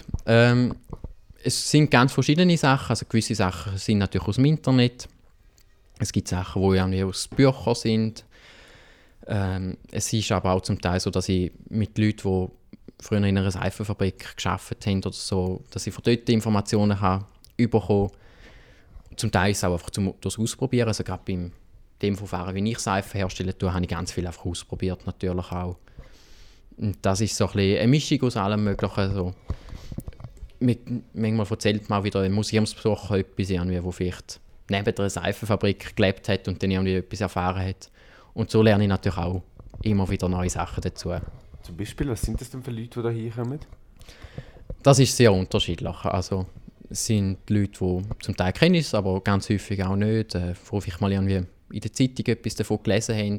Es sind ganz verschiedene Sachen. Also gewisse Sachen sind natürlich aus dem Internet. Es gibt Sachen, die irgendwie aus Büchern sind. Es ist aber auch zum Teil so, dass ich mit Leuten, die früher in einer Seifenfabrik gearbeitet haben oder so, dass ich von dort Informationen habe bekommen. Zum Teil ist es auch einfach durchs Ausprobieren. Also gerade beim dem Verfahren, wie ich Seife herstelle, habe ich ganz viel einfach ausprobiert, natürlich auch. Und das ist so ein bisschen eine Mischung aus allem Möglichen. So. Manchmal erzählt man auch wieder ein Museumsbesucher etwas, wo vielleicht neben einer Seifenfabrik gelebt hat und dann irgendwie etwas erfahren hat. Und so lerne ich natürlich auch immer wieder neue Sachen dazu. Zum Beispiel, was sind das denn für Leute, die da hinkommen? Das ist sehr unterschiedlich. Also, es sind Leute, die zum Teil kennen es, aber ganz häufig auch nicht. Wo vielleicht mal irgendwie in der Zeitung etwas davon gelesen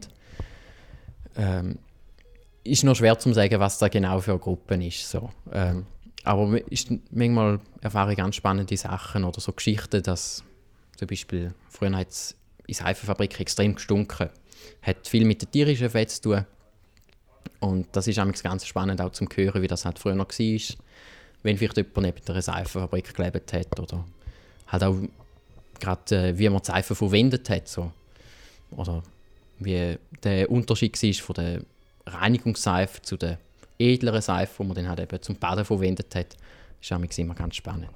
haben. Ist noch schwer zu sagen, was da genau für eine Gruppe ist. So. Aber manchmal erfahre ich ganz spannende Sachen oder so Geschichten, dass zum Beispiel früher hat es in Seifenfabriken extrem gestunken. Hat viel mit den tierischen Fetten zu tun. Und das ist ganz spannend auch zum hören, wie das halt früher noch war. Wenn vielleicht jemand neben einer Seifenfabrik gelebt hat oder halt auch gerade wie man die Seife verwendet hat. So. Oder wie der Unterschied war von der Reinigungsseife zu der edleren Seife, die man dann halt eben zum Baden verwendet hat. Das ist immer ganz spannend.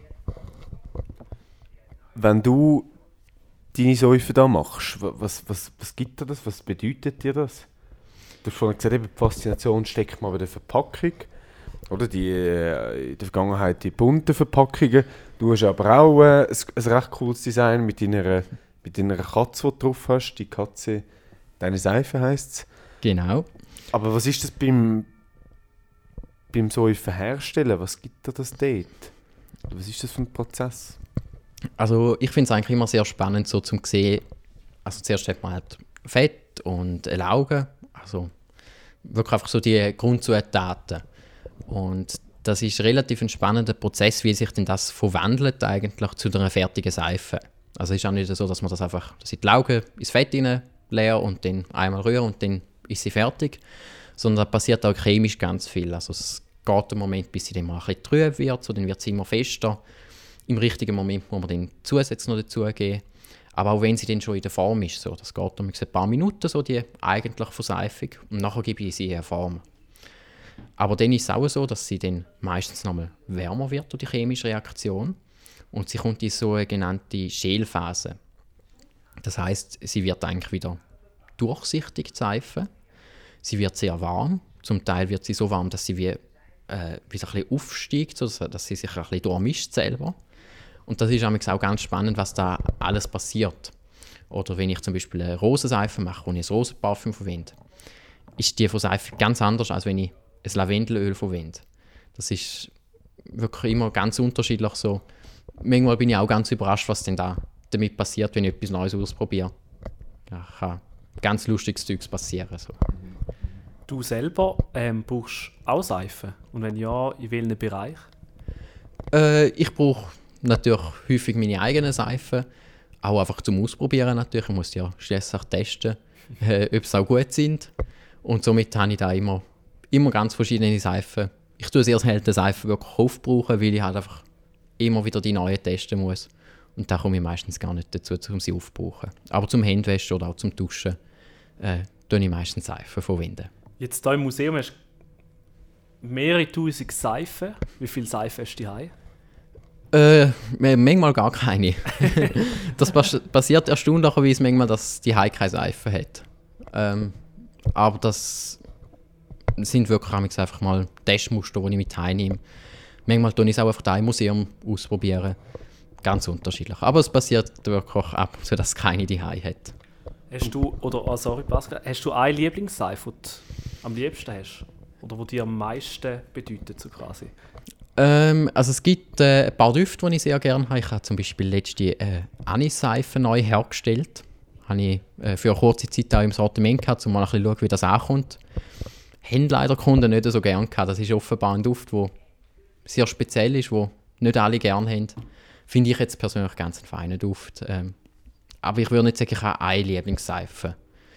Wenn du deine Säufe da machst, was gibt dir das? Was bedeutet dir das? Du hast vorhin gesagt, die Faszination steckt mal bei der Verpackung. Oder in der Vergangenheit die bunten Verpackungen. Du hast aber auch ein recht cooles Design mit deiner Katze, die du drauf hast. Die Katze, deine Seife heisst es. Genau. Aber was ist das beim Säufen herstellen? Was gibt dir das dort? Was ist das für ein Prozess? Also ich finde es eigentlich immer sehr spannend, so zum sehen. Also zuerst hat man halt Fett und Laugen. Also wirklich einfach so die Grundzutaten. Und das ist relativ ein spannender Prozess, wie sich denn das verwandelt eigentlich zu einer fertigen Seife. Also es ist auch nicht so, dass man das einfach, dass ich die Lauge ins Fett rein leere und dann einmal rühre und dann ist sie fertig. Sondern da passiert auch chemisch ganz viel. Also es geht einen Moment, bis sie dann mal ein bisschen trüb wird, so, dann wird sie immer fester. Im richtigen Moment muss man dann Zusätze noch dazugeben. Aber auch wenn sie dann schon in der Form ist, so, das geht ein paar Minuten, so die eigentliche Verseifung. Und nachher gebe ich sie in eine Form. Aber dann ist es auch so, dass sie dann meistens nochmal wärmer wird durch die chemische Reaktion. Und sie kommt in so eine genannte Schälphase. Das heisst, sie wird eigentlich wieder durchsichtig, die Seife. sie wird sehr warm. Zum Teil wird sie so warm, dass sie wie so ein bisschen aufsteigt, so dass sie sich ein bisschen durchmischt selber. Und das ist auch ganz spannend, was da alles passiert. Oder wenn ich zum Beispiel eine Rosenseife mache und ich ein Rosenparfüm verwende, ist die von Seife ganz anders, als wenn ich ein Lavendelöl verwende. Das ist wirklich immer ganz unterschiedlich so. Manchmal bin ich auch ganz überrascht, was denn da damit passiert, wenn ich etwas Neues ausprobiere. Da kann ganz lustiges Zeugs passieren. So. Du selber brauchst auch Seife? Und wenn ja, in welchem Bereich? Ich brauche natürlich häufig meine eigenen Seifen, auch einfach zum Ausprobieren natürlich. Ich muss ja schließlich testen, ob sie auch gut sind. Und somit habe ich da immer ganz verschiedene Seifen. Ich tue sehr selten Seifen wirklich aufbrauchen, weil ich halt einfach immer wieder die neuen testen muss. Und da komme ich meistens gar nicht dazu, um sie aufzubrauchen. Aber zum Händewaschen oder auch zum Duschen tue ich meistens Seifen verwenden. Jetzt hier im Museum hast du mehrere tausend Seifen. Wie viele Seifen hast du daheim? Manchmal gar keine. Das passiert erstaunlicherweise manchmal, dass die Hai keine Seife hat. Aber das sind wirklich einfach mal Testmuster, die ich mit heimnehme. Manchmal tue ich es auch einfach im Museum ausprobieren. Ganz unterschiedlich. Aber es passiert wirklich ab, sodass keine die Hai hat. Hast du, Pascal, hast du eine Lieblingsseife, die du am liebsten hast? Oder die dir am meisten bedeutet, so quasi? Also es gibt ein paar Düfte, die ich sehr gerne habe. Ich habe zum Beispiel letzte Anis-Seife neu hergestellt. Habe ich für eine kurze Zeit auch im Sortiment gehabt, um mal ein bisschen zu schauen, wie das ankommt. Haben leider Kunden nicht so gerne gehabt. Das ist offenbar ein Duft, der sehr speziell ist, den nicht alle gerne haben. Finde ich jetzt persönlich ganz einen feinen Duft. Aber ich würde nicht sagen, ich habe eine Lieblingsseife.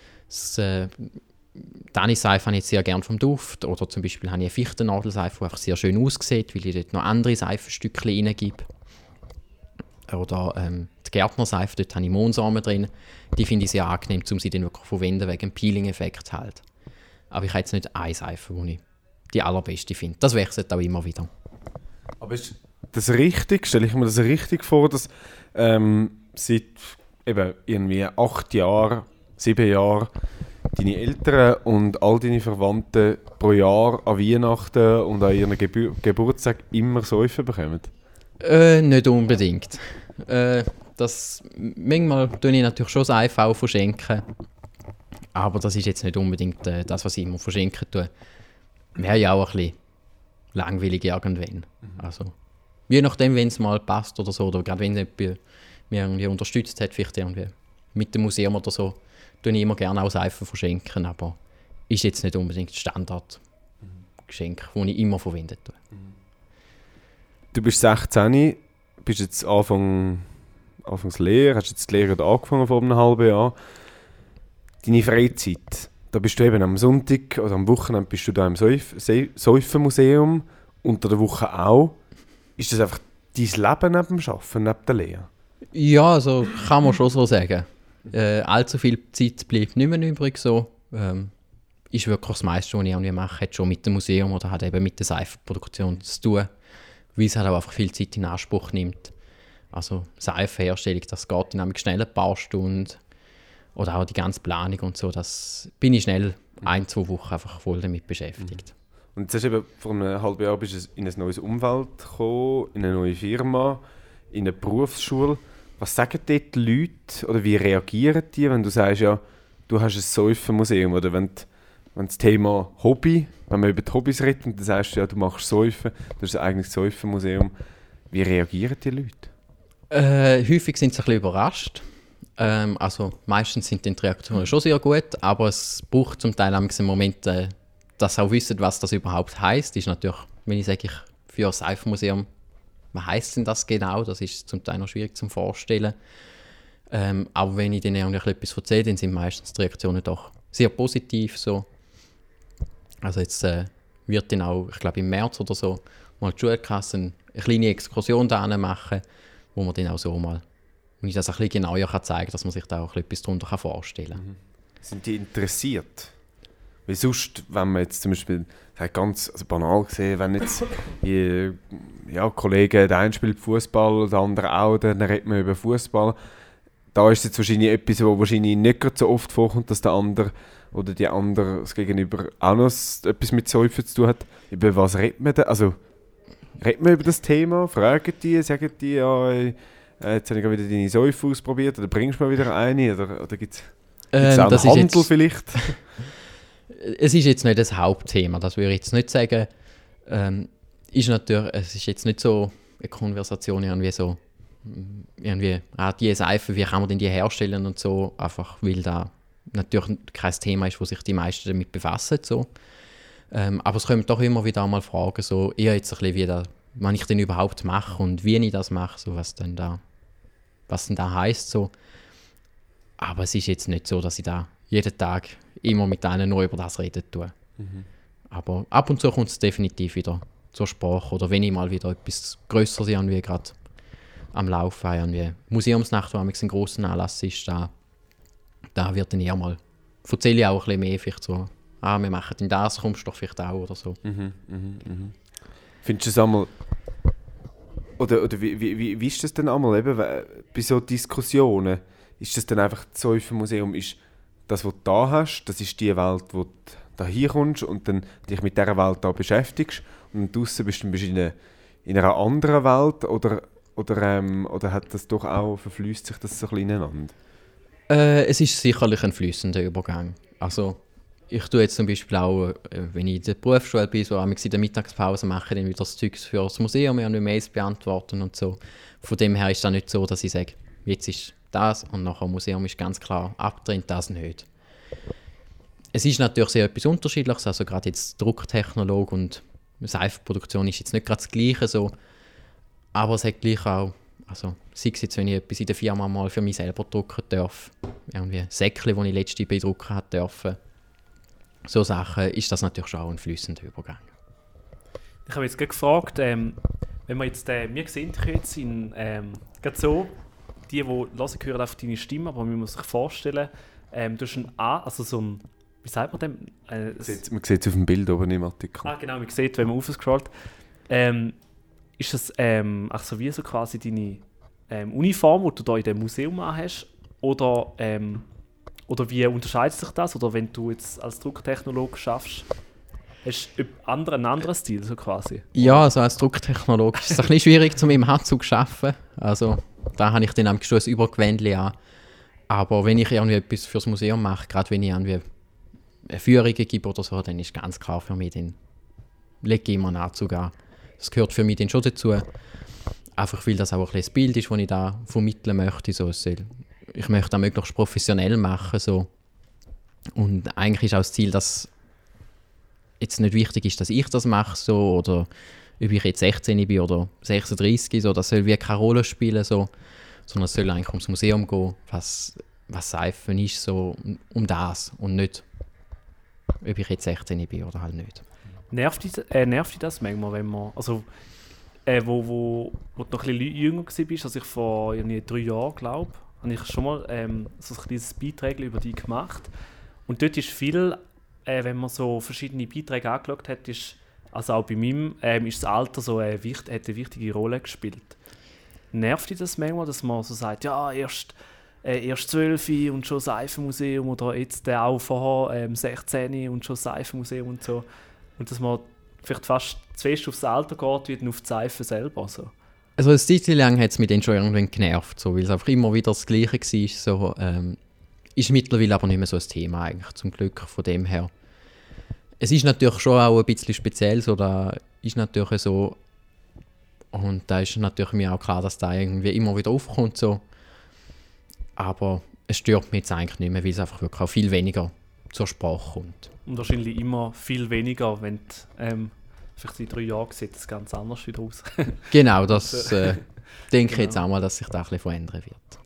Die Anis-Seife habe ich jetzt sehr gerne vom Duft. Oder zum Beispiel habe ich eine Fichtennadelseife, die einfach sehr schön aussieht, weil ich dort noch andere Seifenstückchen reingebe. Oder die Gärtnerseife, dort habe ich Mohnsamen drin. Die finde ich sehr angenehm, um sie dann wirklich zu verwenden, wegen dem Peeling-Effekt halt. Aber ich habe jetzt nicht eine Seife, die ich die allerbeste finde. Das wechselt auch immer wieder. Aber ist das richtig? Stelle ich mir das richtig vor, dass seit eben irgendwie 8 Jahren, 7 Jahren deine Eltern und all deine Verwandten pro Jahr an Weihnachten und an ihren Geburtstag immer Säufe bekommen? Nicht unbedingt. Manchmal tue ich natürlich schon Seife auch verschenken. Aber das ist jetzt nicht unbedingt das, was ich immer verschenken tue. Wäre ja auch ein bisschen langweilig irgendwann. Also, je nachdem, wenn es mal passt oder so, oder gerade wenn jemand mich irgendwie unterstützt hat, vielleicht irgendwie mit dem Museum oder so, tue ich immer gerne auch Seifen verschenken, aber ist jetzt nicht unbedingt das Standardgeschenk, das ich immer verwendet tue. Du bist 16, bist jetzt anfangs Lehre, hast jetzt die Lehre angefangen vor einem halben Jahr. Deine Freizeit, da bist du eben am Sonntag oder am Wochenende bist du da im Säufenmuseum, unter der Woche auch. Ist das einfach dein Leben neben dem Arbeiten, neben der Lehre? Ja, also kann man schon so sagen. Allzu viel Zeit bleibt nicht mehr übrig. So. Ist wirklich das meiste, was ich irgendwie mache, hat schon mit dem Museum oder hat eben mit der Seifenproduktion zu tun, weil es halt auch einfach viel Zeit in Anspruch nimmt. Also Seifenherstellung, das geht nämlich schnell ein paar Stunden. Oder auch die ganze Planung und so, das bin ich schnell 1-2 Wochen einfach voll damit beschäftigt. Und jetzt hast du eben vor einem halben Jahr bist du in ein neues Umfeld gekommen, in eine neue Firma, in eine Berufsschule. Was sagen dort die Leute oder wie reagieren die, wenn du sagst, ja, du hast ein Säufenmuseum oder wenn das Thema Hobby, wenn man über die Hobbys redet und dann sagst du, ja, du machst Säufen, du hast ein eigenes Säufenmuseum. Wie reagieren die Leute? Häufig sind sie ein bisschen überrascht. Also meistens sind die Reaktionen schon sehr gut, aber es braucht zum Teil einen Moment, dass sie auch wissen, was das überhaupt heisst. Ist natürlich, wenn ich sage, für ein Seifenmuseum, was heisst denn das genau? Das ist zum Teil noch schwierig zu vorstellen. Aber wenn ich denen eigentlich etwas erzähle, dann sind meistens die Reaktionen doch sehr positiv. So. Also jetzt wird dann auch, ich glaube im März oder so, mal die Schulklasse eine kleine Exkursion da machen, wo man dann auch so mal, und ich das ein bisschen genauer zeigen kann, dass man sich da auch etwas darunter vorstellen kann. Sind die interessiert? Weil sonst, wenn man jetzt zum Beispiel, ganz banal gesehen, wenn jetzt Kollegen, der eine spielt Fußball, der andere auch, dann redet man über Fußball. Da ist jetzt wahrscheinlich etwas, was wahrscheinlich nicht so oft vorkommt, dass der andere oder die andere das Gegenüber auch noch etwas mit Säufen zu tun hat, über was redet man da? Also, redet man über das Thema? Fragen die, sagen die, ja, jetzt habe ich wieder deine Säufe ausprobiert, oder bringst du mir wieder eine? Oder gibt es auch einen Handel vielleicht? Es ist jetzt nicht das Hauptthema, das würde ich jetzt nicht sagen. Es ist jetzt nicht so eine Konversation irgendwie so, die Seife, wie kann man denn die herstellen und so, einfach weil da natürlich kein Thema ist, wo sich die meisten damit befassen. So. Aber es kommen doch immer wieder mal Fragen, so eher jetzt ein bisschen, was ich denn überhaupt mache und wie ich das mache, so, was denn da heisst. So. Aber es ist jetzt nicht so, dass ich da jeden Tag immer mit denen noch über das reden tue. Aber ab und zu kommt es definitiv wieder zur Sprache. Oder wenn ich mal wieder etwas Grösseres irgendwie gerade am Laufen habe, wie Museumsnacht, wo ein grosser Anlass ist, da wird dann eher mal, erzähle ich auch ein bisschen mehr, vielleicht so, wir machen denn das, kommst du doch vielleicht auch oder so. Findest du es einmal, oder wie ist das denn einmal eben, bei so Diskussionen, ist das dann einfach das Säufenmuseum, ist das, was du da hast, das ist die Welt, wo du da hinkommst und dann dich mit dieser Welt da beschäftigst und draussen bist du in einer anderen Welt oder hat das doch auch, verfließt sich das so ein bisschen ineinander? Es ist sicherlich ein fließender Übergang. Also ich tue jetzt zum Beispiel auch, wenn ich in der Berufsschule bin, so in der Mittagspause mache, dann wieder das Zeug für das Museum und Mails beantworten und so. Von dem her ist es nicht so, dass ich sage, jetzt ist das und nachher Museum ist ganz klar abgetrennt, das nicht. Es ist natürlich sehr etwas Unterschiedliches, also gerade jetzt Drucktechnolog und Seifenproduktion ist jetzt nicht gerade das Gleiche so, aber es hat gleich auch, also sei es jetzt, wenn ich etwas in der Firma mal für mich selber drucken darf, irgendwie Säckchen, die ich letztens bedrucken durfte, so Sachen, ist das natürlich schon auch ein fließender Übergang. Ich habe jetzt gerade gefragt, wenn wir jetzt, wir sehen dich jetzt gerade so, die hören auf deine Stimme, aber man muss sich vorstellen, du hast also so ein, wie sagt man dem? Man sieht es auf dem Bild oben im Artikel. Genau, man sieht, wenn man aufscrollt. Ist das so wie so quasi deine Uniform, die du hier in dem Museum hast? Oder wie unterscheidet sich das? Oder wenn du jetzt als Drucktechnologe schaffst, hast du einen anderen Stil so quasi? Ja, also als Drucktechnologe ist es ein bisschen schwierig, um im Handzug zu arbeiten. Also da habe ich dann am schon ein Übergewändchen an. Aber wenn ich irgendwie etwas fürs Museum mache, gerade wenn ich irgendwie Führungen gebe oder so, dann ist ganz klar für mich, dann lege ich immer einen Anzug an. Das gehört für mich dann schon dazu. Einfach weil das auch ein bisschen das Bild ist, das ich da vermitteln möchte. So, ich möchte das möglichst professionell machen. So. Und eigentlich ist auch das Ziel, dass jetzt nicht wichtig ist, dass ich das mache, so, oder ob ich jetzt 16 bin oder 36, so, das soll wie keine Rolle spielen, so, sondern es soll eigentlich ums Museum gehen, was Seifen ist, so, um das und nicht, ob ich jetzt 16 bin oder halt nicht. Nervt dich das manchmal, wenn man, also wo du noch ein bisschen jünger warst, also ich vor 3 Jahren, glaube ich, habe ich schon mal so ein kleines Beitrag über dich gemacht. Und dort ist viel, wenn man so verschiedene Beiträge angeschaut hat, ist, also auch bei meinem, ist das Alter so hat eine wichtige Rolle gespielt. Nervt dich das manchmal, dass man so sagt, ja, erst 12 und schon Seifenmuseum oder jetzt auch vorher 16 und schon Seifenmuseum und so. Und dass man vielleicht fast zu fest aufs Alter geht, wie dann auf die Seife selber. So. Also eine Zeit lang hat es mich dann schon irgendwann genervt, so, weil es einfach immer wieder das Gleiche war. So, ist mittlerweile aber nicht mehr so ein Thema eigentlich, zum Glück von dem her. Es ist natürlich schon auch ein bisschen speziell, so, da ist natürlich so, und da ist natürlich mir auch klar, dass da irgendwie immer wieder aufkommt, so. Aber es stört mich jetzt eigentlich nicht mehr, weil es einfach wirklich auch viel weniger zur Sprache kommt. Und wahrscheinlich immer viel weniger, wenn du vielleicht in 3 Jahren sieht es ganz anders wieder aus. Genau, das denke ich jetzt auch mal, dass sich das ein bisschen verändern wird.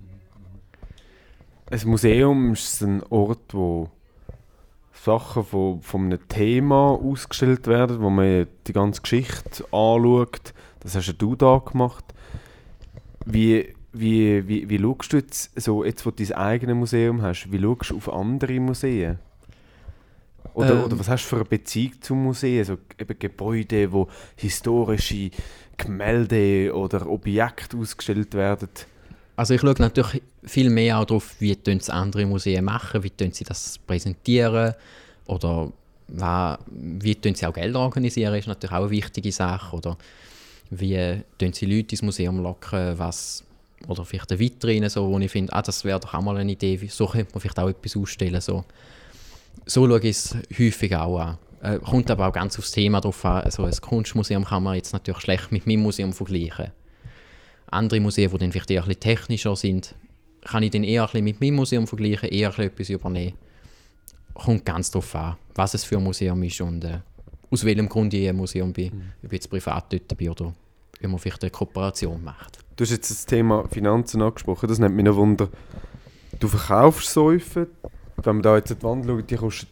Ein Museum ist ein Ort, wo Sachen von einem Thema ausgestellt werden, wo man die ganze Geschichte anschaut. Das hast ja du da gemacht. Wie schaust du jetzt, so, jetzt wo du dein eigenes Museum hast, wie schaust du auf andere Museen? Oder was hast du für eine Beziehung zum Museum? So eben Gebäude, wo historische Gemälde oder Objekte ausgestellt werden. Also ich schaue natürlich viel mehr auch darauf, wie es andere Museen machen, wie sie das präsentieren oder wie sie auch Gelder organisieren, ist natürlich auch eine wichtige Sache. Oder wie sie Leute ins Museum locken, oder vielleicht eine Vitrine, so, wo ich finde, das wäre doch auch mal eine Idee, so könnte man vielleicht auch etwas ausstellen. So schaue ich es häufig auch an. Kommt aber auch ganz aufs Thema drauf an. Also ein Kunstmuseum kann man jetzt natürlich schlecht mit meinem Museum vergleichen. Andere Museen, die dann vielleicht eher ein bisschen technischer sind, kann ich dann eher ein bisschen mit meinem Museum vergleichen, eher ein bisschen etwas übernehmen. Kommt ganz darauf an, was es für ein Museum ist und aus welchem Grund ich ein Museum bin. Ob ich jetzt privat dort bin oder ob man vielleicht eine Kooperation macht. Du hast jetzt das Thema Finanzen angesprochen, das nimmt mich noch Wunder. Du verkaufst Säufe, wenn man da jetzt die Wand schaut, die kostet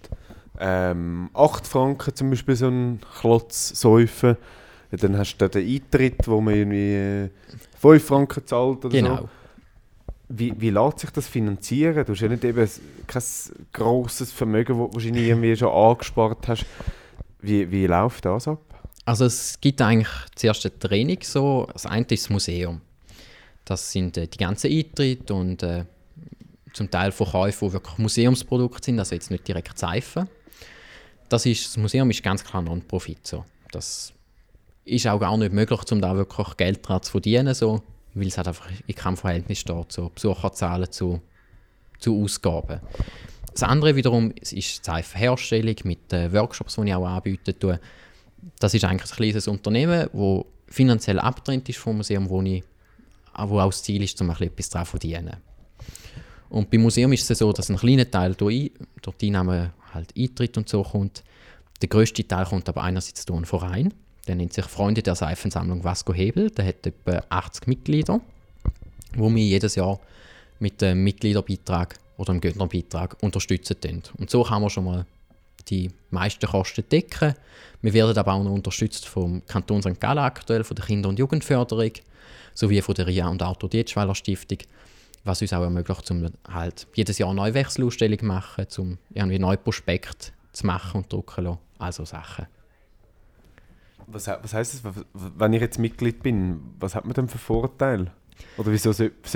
8 Franken zum Beispiel so ein Klotz Säufe. Ja, dann hast du den Eintritt, wo man irgendwie 5 Franken zahlt oder genau. So. Wie lässt sich das finanzieren? Du hast ja nicht eben kein grosses Vermögen, das du wahrscheinlich irgendwie schon angespart hast. Wie läuft das ab? Also es gibt eigentlich zuerst eine Training. So. Das eine ist das Museum. Das sind die ganzen Eintritte und zum Teil Verkäufe, die wirklich Museumsprodukte sind, also jetzt nicht direkt Seifen. Das Museum ist ganz klar Non-Profit. So. Das ist auch gar nicht möglich, um da wirklich Geld daran zu verdienen, so, weil es halt einfach in keinem Verhältnis steht, so Besucherzahlen zu Ausgaben. Das andere wiederum ist die Seifenherstellung mit Workshops, die ich auch anbiete. Das ist eigentlich ein kleines Unternehmen, das finanziell abgetrennt ist vom Museum, wo auch das Ziel ist, um etwas daran zu verdienen. Und beim Museum ist es so, dass ein kleiner Teil durch die Einnahmen halt Eintritt und so kommt. Der grösste Teil kommt aber einerseits durch einen Verein. Der nennt sich Freunde der Seifensammlung Vasco Hebel. Der hat etwa 80 Mitglieder, wo wir jedes Jahr mit einem Mitgliederbeitrag oder einem Gönnerbeitrag unterstützen können. Und so kann man schon mal die meisten Kosten decken. Wir werden aber auch noch unterstützt vom Kanton St. Gallen aktuell, von der Kinder- und Jugendförderung, sowie von der Ria und Arthur Dietschweiler Stiftung, was uns auch ermöglicht, um halt jedes Jahr eine neue Wechselausstellung zu machen, um irgendwie neue Prospekte zu machen und drucken lassen, also Sachen. Was heisst das, wenn ich jetzt Mitglied bin? Was hat man denn für Vorteile? Oder wieso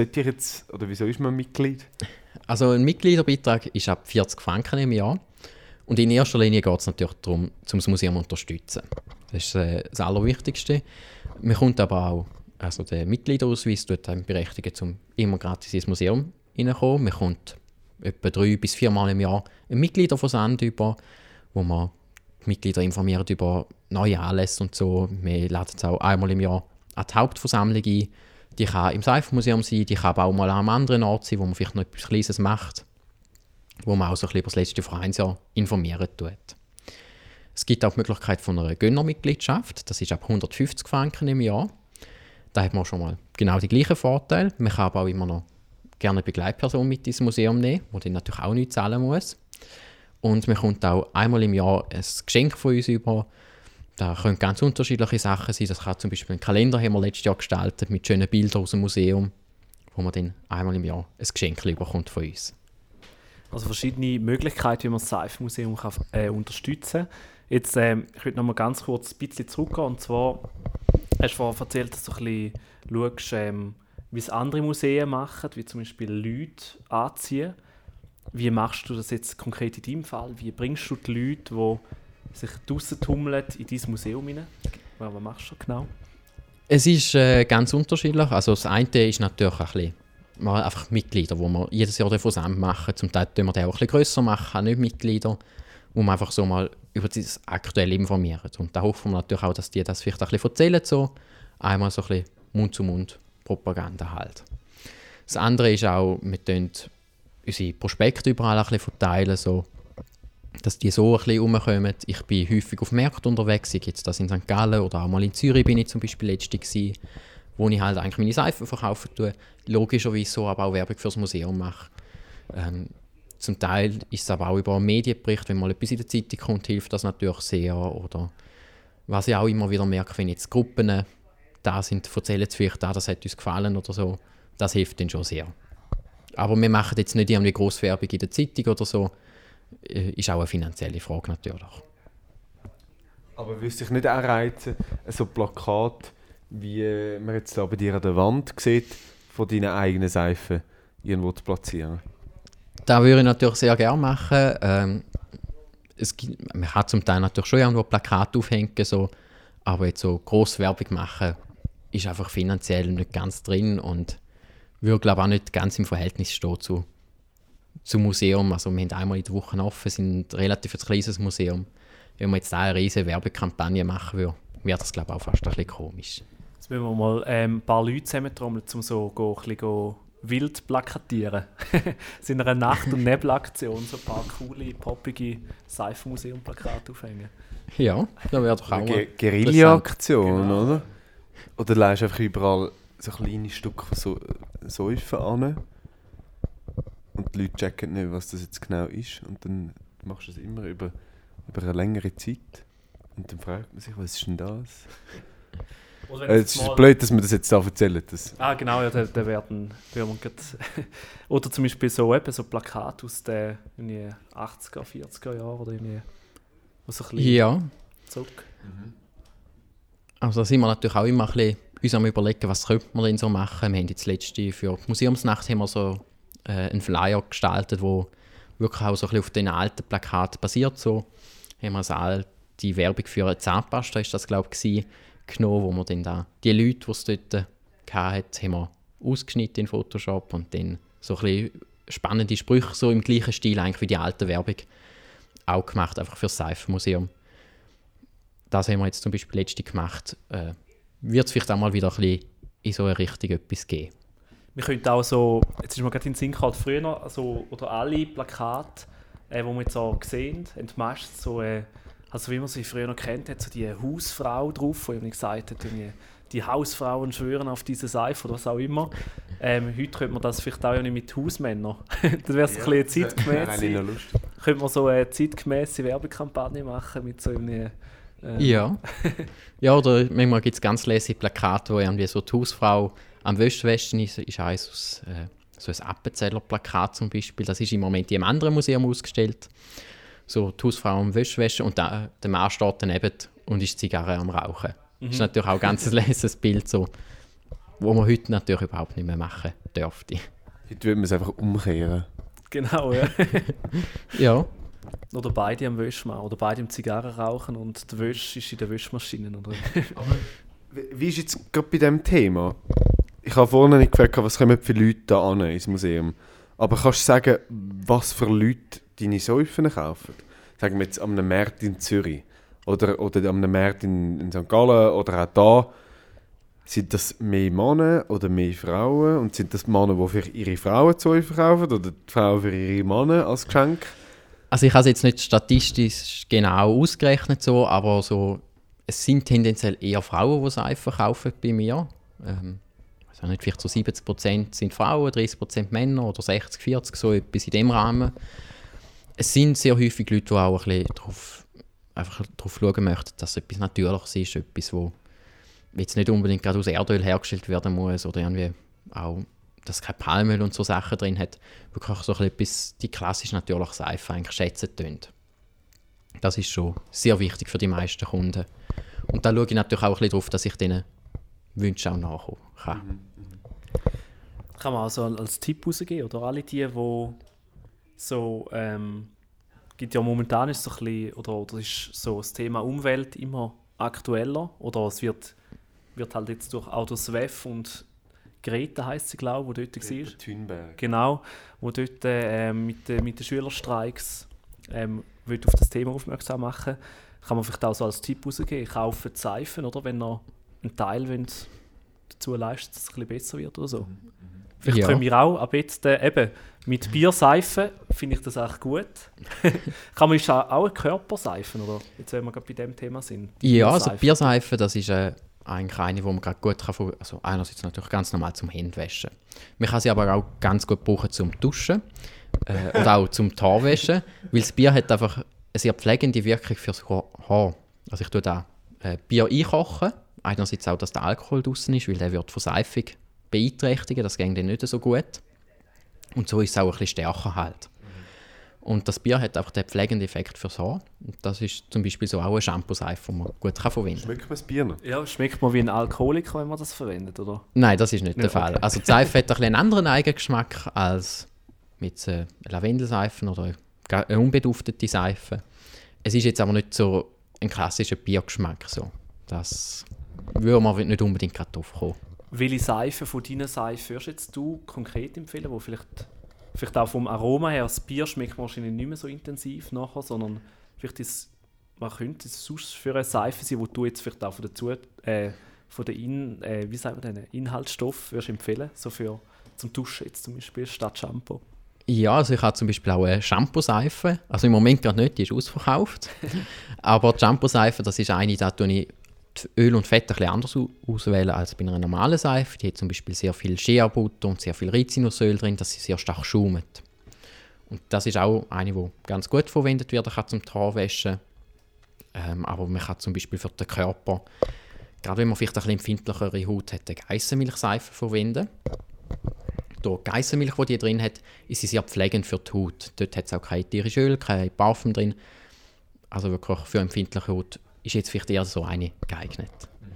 wieso ist man Mitglied? Also ein Mitgliederbeitrag ist ab 40 Franken im Jahr. Und in erster Linie geht es natürlich darum, um das Museum zu unterstützen. Das ist das Allerwichtigste. Man kommt aber auch, also der Mitgliederausweis tut einem berechtigen, um immer gratis ins Museum reinzukommen. Man kommt etwa 3 bis 4 Mal im Jahr einen Mitgliederversand über, wo man die Mitglieder informieren über neue Anlässe und so. Wir laden es auch einmal im Jahr an die Hauptversammlung ein. Die kann im Seifenmuseum sein, die kann aber auch mal an einem anderen Ort sein, wo man vielleicht noch etwas Kleines macht, wo man auch so ein bisschen über das letzte Vereinsjahr informieren tut. Es gibt auch die Möglichkeit von einer Gönnermitgliedschaft. Das ist ab 150 Franken im Jahr. Da hat man schon mal genau die gleichen Vorteile. Man kann aber auch immer noch gerne eine Begleitperson mit ins Museum nehmen, die dann natürlich auch nichts zahlen muss. Und man kommt auch einmal im Jahr ein Geschenk von uns über. Da können ganz unterschiedliche Sachen sein. Das kann zum Beispiel ein Kalender, haben wir letztes Jahr gestaltet, mit schönen Bildern aus dem Museum, wo man dann einmal im Jahr ein Geschenk bekommt von uns. Also verschiedene Möglichkeiten, wie man das Seifenmuseum unterstützen kann. Jetzt, ich würde noch mal ganz kurz ein bisschen zurückgehen. Und zwar hast du vorhin erzählt, dass du ein bisschen schaust, wie es andere Museen machen, wie zum Beispiel Leute anziehen. Wie machst du das jetzt konkret in deinem Fall? Wie bringst du die Leute, die sich draussen tummeln, in dein Museum hinein? Was machst du genau? Es ist ganz unterschiedlich. Also das eine ist natürlich ein bisschen mal einfach Mitglieder, die wir jedes Jahr zusammen machen. Zum Teil machen wir den auch ein bisschen grösser machen, auch nicht Mitglieder, wo wir einfach so mal über das aktuell informieren. Und da hoffen wir natürlich auch, dass die das vielleicht ein bisschen erzählen. So. Einmal so ein bisschen Mund-zu-Mund-Propaganda halt. Das andere ist auch, wir tun unsere Prospekte überall ein bisschen verteilen, so, dass die so ein bisschen rumkommen. Ich bin häufig auf Märkten unterwegs, sei jetzt das in St. Gallen oder auch mal in Zürich bin ich zum Beispiel letztens gewesen, wo ich halt eigentlich meine Seifen verkaufen tue. Logischerweise so, aber auch Werbung fürs Museum mache. Zum Teil ist es aber auch über einen Medienbericht, wenn mal etwas in der Zeitung kommt, hilft das natürlich sehr. Oder was ich auch immer wieder merke, wenn jetzt Gruppen da sind, erzählen sie vielleicht, das hat uns gefallen oder so. Das hilft dann schon sehr. Aber wir machen jetzt nicht irgendwie grosse Werbung in der Zeitung oder so. Ist auch eine finanzielle Frage natürlich. Aber würde sich nicht auch reizen, so Plakat, wie man jetzt da bei dir an der Wand sieht, von deinen eigenen Seifen irgendwo zu platzieren? Das würde ich natürlich sehr gerne machen. Man kann zum Teil natürlich schon irgendwo Plakate aufhängen, so, aber jetzt so grosse Werbung machen ist einfach finanziell nicht ganz drin und würde, glaube ich, auch nicht ganz im Verhältnis stehen zum Museum. Also wir haben einmal in der Woche offen, sind ein relativ kleines Museum. Wenn wir jetzt da eine riesige Werbekampagne machen würde, wäre das, glaube ich, auch fast ein bisschen komisch. Jetzt müssen wir mal ein paar Leute zusammentrommeln, um so ein bisschen wild plakatieren. Es in einer Nacht- und Nebelaktion so ein paar coole, poppige Seifenmuseum-Plakate aufhängen. Ja, das wäre doch auch Eine Guerilla-Aktion, oder? Oder leihst einfach überall so kleine Stücke von Säufen an und die Leute checken nicht, was das jetzt genau ist und dann machst du es immer über eine längere Zeit und dann fragt man sich, was ist denn das? Es ist blöd, dass wir das jetzt da erzählen. Genau, ja, da werden wir oder zum Beispiel so Plakate aus den 80er, 40er Jahren oder irgendwie so ein bisschen ja. zurück. Also da sind wir natürlich auch immer ein bisschen uns am Überlegen, was könnte man denn so machen. Wir haben jetzt letzte für die Museumsnacht haben wir so einen Flyer gestaltet, der wirklich auch so ein bisschen auf den alten Plakaten basiert. So haben wir also die Werbung für eine Zahnpasta, ist das glaube ich, genommen, wo wir dann da die Leute, die es dort hatten, haben wir ausgeschnitten in Photoshop und dann so ein bisschen spannende Sprüche so im gleichen Stil eigentlich wie die alte Werbung auch gemacht, einfach für das Seifenmuseum. Das haben wir jetzt zum Beispiel letztens gemacht. Wird es vielleicht auch mal wieder ein bisschen in so eine Richtung etwas geben. Wir könnten auch so, jetzt ist mir gerade in den Sinn gekommen, früher, also, oder alle Plakate, die wir jetzt auch gesehen haben, meistens so, also wie man sie früher noch kennt, hat so die Hausfrau drauf, die irgendwie gesagt hat, die Hausfrauen schwören auf diese Seife oder was auch immer. Heute könnte man das vielleicht auch nicht mit Hausmännern. Das wäre so ein bisschen zeitgemäß. Könnte man so eine zeitgemäße Werbekampagne machen mit so einem ja. Ja, oder manchmal gibt es ganz lässige Plakate, wo irgendwie so die Hausfrau am Wäschwäschen ist eins aus so ein Appenzeller-Plakat zum Beispiel. Das ist im Moment in einem anderen Museum ausgestellt. So die Hausfrau am Wäschwäschen und der Mann steht daneben und ist Zigarre am Rauchen. Das ist natürlich auch ein ganz lässiges Bild, so, wo man heute natürlich überhaupt nicht mehr machen dürfte. Heute würde man es einfach umkehren. Genau, ja. Ja. Oder beide am Wäschen oder beide im Zigarren rauchen und der Wäsch ist in der Wäschmaschine. Oder? Wie ist jetzt gerade bei diesem Thema? Ich habe vorhin nicht gefragt, was kommen für Leute da an ins Museum. Aber kannst du sagen, was für Leute deine Säufen kaufen? Sagen wir jetzt an einem Markt in Zürich oder an einem Markt in St. Gallen oder auch da. Sind das mehr Männer oder mehr Frauen? Und sind das Männer, die für ihre Frauen Säufen kaufen oder die Frauen für ihre Männer als Geschenk? Also ich habe es jetzt nicht statistisch genau ausgerechnet, so, aber so, es sind tendenziell eher Frauen, die Seifen kaufen bei mir. Also nicht, vielleicht so 70% sind Frauen, 30% Männer oder 60-40, so etwas in dem Rahmen. Es sind sehr häufig Leute, die auch ein bisschen darauf schauen möchten, dass es etwas Natürliches ist, etwas, wo jetzt nicht unbedingt gerade aus Erdöl hergestellt werden muss oder irgendwie auch, dass es kein Palmöl und so Sachen drin hat, wirklich so etwas, die klassisch natürliche Seife eigentlich schätzen tun. Das ist schon sehr wichtig für die meisten Kunden. Und da schaue ich natürlich auch ein bisschen darauf, dass ich diesen Wünschen auch nachkommen kann. Kann man also als Tipp rausgeben, oder alle die so, gibt ja momentan ist so ein bisschen, oder ist so das Thema Umwelt immer aktueller, oder es wird halt jetzt auch durch SWEF und Greta heisst sie, glaube ich, die dort war. Thunberg. Genau, wo dort mit den Schülerstreiks auf das Thema aufmerksam machen. Kann man vielleicht auch so als Tipp rausgeben, kaufen die Seifen, oder, wenn ihr einen Teil dazu leistet, dass es ein bisschen besser wird oder so. Vielleicht können wir auch ab jetzt eben mit Bierseifen, finde ich das echt gut. Kann man ist auch eine Körperseife, oder? Jetzt, wenn wir gerade bei dem Thema sind. Ja, also Bierseife, das ist eigentlich eine, die man gerade gut kann, also einerseits natürlich ganz normal zum Händewaschen. Man kann sie aber auch ganz gut brauchen zum Duschen oder auch zum Haarwaschen, weil das Bier hat einfach eine sehr pflegende Wirkung fürs Haar. Also ich tue da Bier einkochen, einerseits auch, dass der Alkohol draussen ist, weil der wird von Seifung beeinträchtigen, das geht dann nicht so gut. Und so ist es auch ein bisschen stärker halt. Und das Bier hat einfach den pflegenden Effekt fürs Haar. Und das ist zum Beispiel so auch eine Shampoo-Seife, die man gut verwenden kann. Schmeckt man das Bier noch? Ja, schmeckt man wie ein Alkoholiker, wenn man das verwendet, oder? Nein, das ist nicht der Fall. Okay. Also die Seife hat ein bisschen einen anderen Eigengeschmack als mit Lavendelseifen oder eine unbeduftete Seife. Es ist jetzt aber nicht so ein klassischer Biergeschmack. So. Das würde man nicht unbedingt gerade drauf kommen. Welche Seife von deinen Seifen würdest jetzt du konkret empfehlen, wo vielleicht auch vom Aroma her, das Bier schmeckt wahrscheinlich nicht mehr so intensiv nachher, sondern vielleicht was könnte es sonst für eine Seife sein, die du jetzt vielleicht auch von den Inhaltsstoffen würdest empfehlen, so zum Duschen jetzt zum Beispiel statt Shampoo? Ja, also ich habe zum Beispiel auch eine Shampoo-Seife. Also im Moment gerade nicht, die ist ausverkauft. Aber die Shampoo-Seife, das ist eine, da tue ich die Öl und Fett ein bisschen anders auswählen als bei einer normalen Seife. Die hat zum Beispiel sehr viel Shea-Butter und sehr viel Rizinusöl drin, dass sie sehr stark schaumt. Und das ist auch eine, die ganz gut verwendet werden kann zum Haarwaschen. Aber man kann zum Beispiel für den Körper, gerade wenn man vielleicht ein bisschen empfindlichere Haut hat, eine Geissenmilchseife verwenden. Durch die Geissenmilch, die drin hat, ist sie sehr pflegend für die Haut. Dort hat es auch kein tierisches Öl, kein Parfüm drin. Also wirklich für empfindliche Haut ist jetzt vielleicht eher so eine geeignet.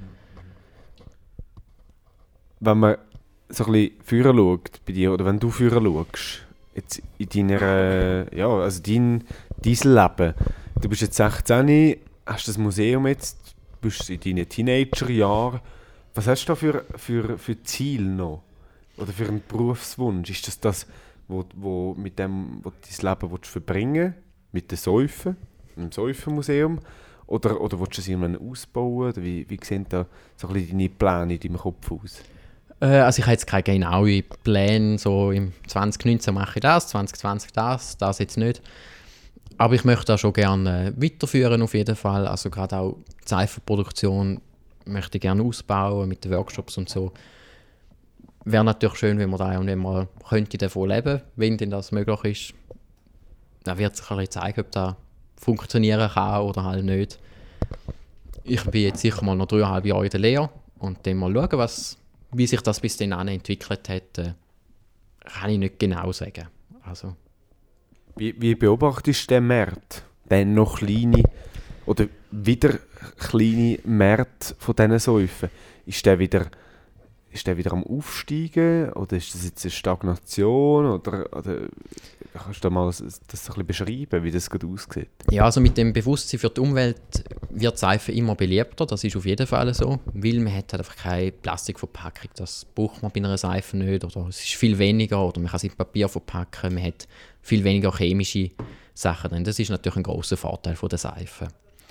Wenn man so ein bisschen führen schaut bei dir, oder wenn du führen schaust, jetzt in deiner, also dein Leben, du bist jetzt 16, hast das Museum jetzt, bist in deinen Teenagerjahren. Was hast du da für Ziel noch? Oder für einen Berufswunsch? Ist das, wo mit dem, wo du dein Leben verbringen willst? Mit den Säufen? Im Säufenmuseum? Oder willst du es irgendwann ausbauen? Oder wie sehen da so ein bisschen deine Pläne in deinem Kopf aus? Also ich habe jetzt keine genauen Pläne, so im 2019 mache ich das, 2020 das jetzt nicht. Aber ich möchte da schon gerne weiterführen auf jeden Fall. Also gerade auch die Seifenproduktion möchte ich gerne ausbauen mit den Workshops und so. Wäre natürlich schön, wenn man da und wenn man könnte davon leben, wenn denn das möglich ist. Dann wird sich ein bisschen zeigen, ob das funktionieren kann oder halt nicht. Ich bin jetzt sicher mal noch 3,5 Jahre in der Lehre und dann mal schauen, wie sich das bis dahin entwickelt hat, kann ich nicht genau sagen. Also. Wie beobachtest du den Markt? Den noch kleine oder wieder kleine Markt von diesen Säufen? Ist der wieder am Aufsteigen oder ist das jetzt eine Stagnation? Oder kannst du mal das ein bisschen beschreiben, wie das gerade aussieht? Ja, also mit dem Bewusstsein für die Umwelt wird Seife immer beliebter, das ist auf jeden Fall so, weil man hat halt einfach keine Plastikverpackung, das braucht man bei einer Seife nicht, oder es ist viel weniger, oder man kann es in Papier verpacken, man hat viel weniger chemische Sachen drin, das ist natürlich ein grosser Vorteil von der Seife.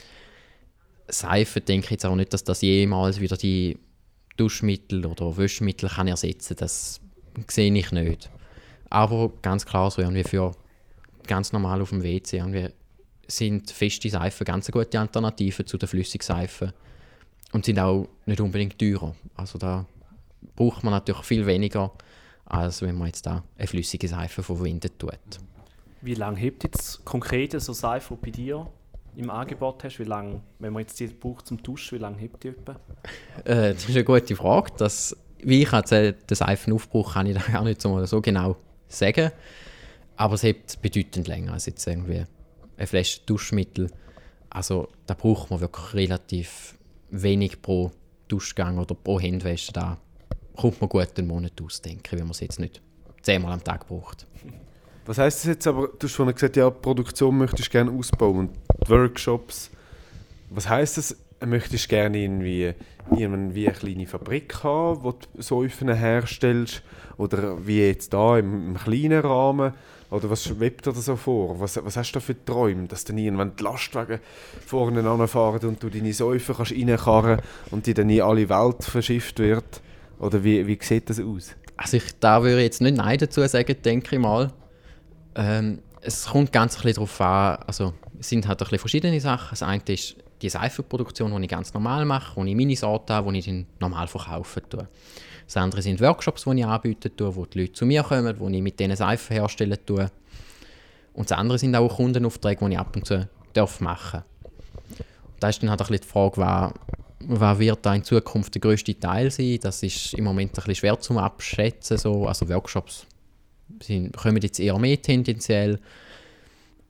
Seife denke ich jetzt auch nicht, dass das jemals wieder die Duschmittel oder Wäschmittel kann ersetzen, das sehe ich nicht. Aber ganz klar, so irgendwie für ganz normal auf dem WC irgendwie sind feste Seifen ganz eine gute Alternative zu den Flüssigseifen und sind auch nicht unbedingt teurer. Also da braucht man natürlich viel weniger, als wenn man jetzt da eine flüssige Seife verwendet tut. Wie lange hebt jetzt konkret so Seife, die bei dir im Angebot hast? Wie lange, wenn man jetzt die braucht zum Duschen, wie lange hebt die etwa? Das ist eine gute Frage. Wie ich den Seifenaufbruch kann ich da gar nicht so genau sagen. Aber es hebt bedeutend länger als jetzt irgendwie eine Flasche Duschmittel. Also da braucht man wirklich relativ wenig pro Duschgang oder pro Händewaschen. Da kommt man gut einen Monat aus, denke ich, wenn man es jetzt nicht 10-mal am Tag braucht. Was heisst das jetzt aber? Du hast vorhin gesagt, ja, die Produktion möchtest du gerne ausbauen und die Workshops. Was heisst das? Möchtest du gerne irgendwie eine kleine Fabrik haben, wo du Säufen herstellst? Oder wie jetzt da im kleinen Rahmen? Oder was schwebt dir da so vor? Was hast du da für Träume? Dass dann irgendwann die Lastwagen vorne anfahren und du deine Säufen kannst reinkarren und die dann in alle Welt verschifft wird? Oder wie sieht das aus? Also da würde ich jetzt nicht Nein dazu sagen, denke ich mal. Es kommt ganz ein bisschen darauf an, also es sind halt ein bisschen verschiedene Sachen. Das eine ist die Seifenproduktion, die ich ganz normal mache, wo ich meine Sorte habe, die ich dann normal verkaufen tue. Das andere sind Workshops, die ich anbieten tue, wo die Leute zu mir kommen, wo ich mit denen Seifen herstellen tue. Und das andere sind auch Kundenaufträge, die ich ab und zu machen darf. Da ist dann halt ein bisschen die Frage, was wird da in Zukunft der grösste Teil sein? Das ist im Moment ein bisschen schwer zu abschätzen. So. Also Workshops kommen jetzt eher mehr tendenziell.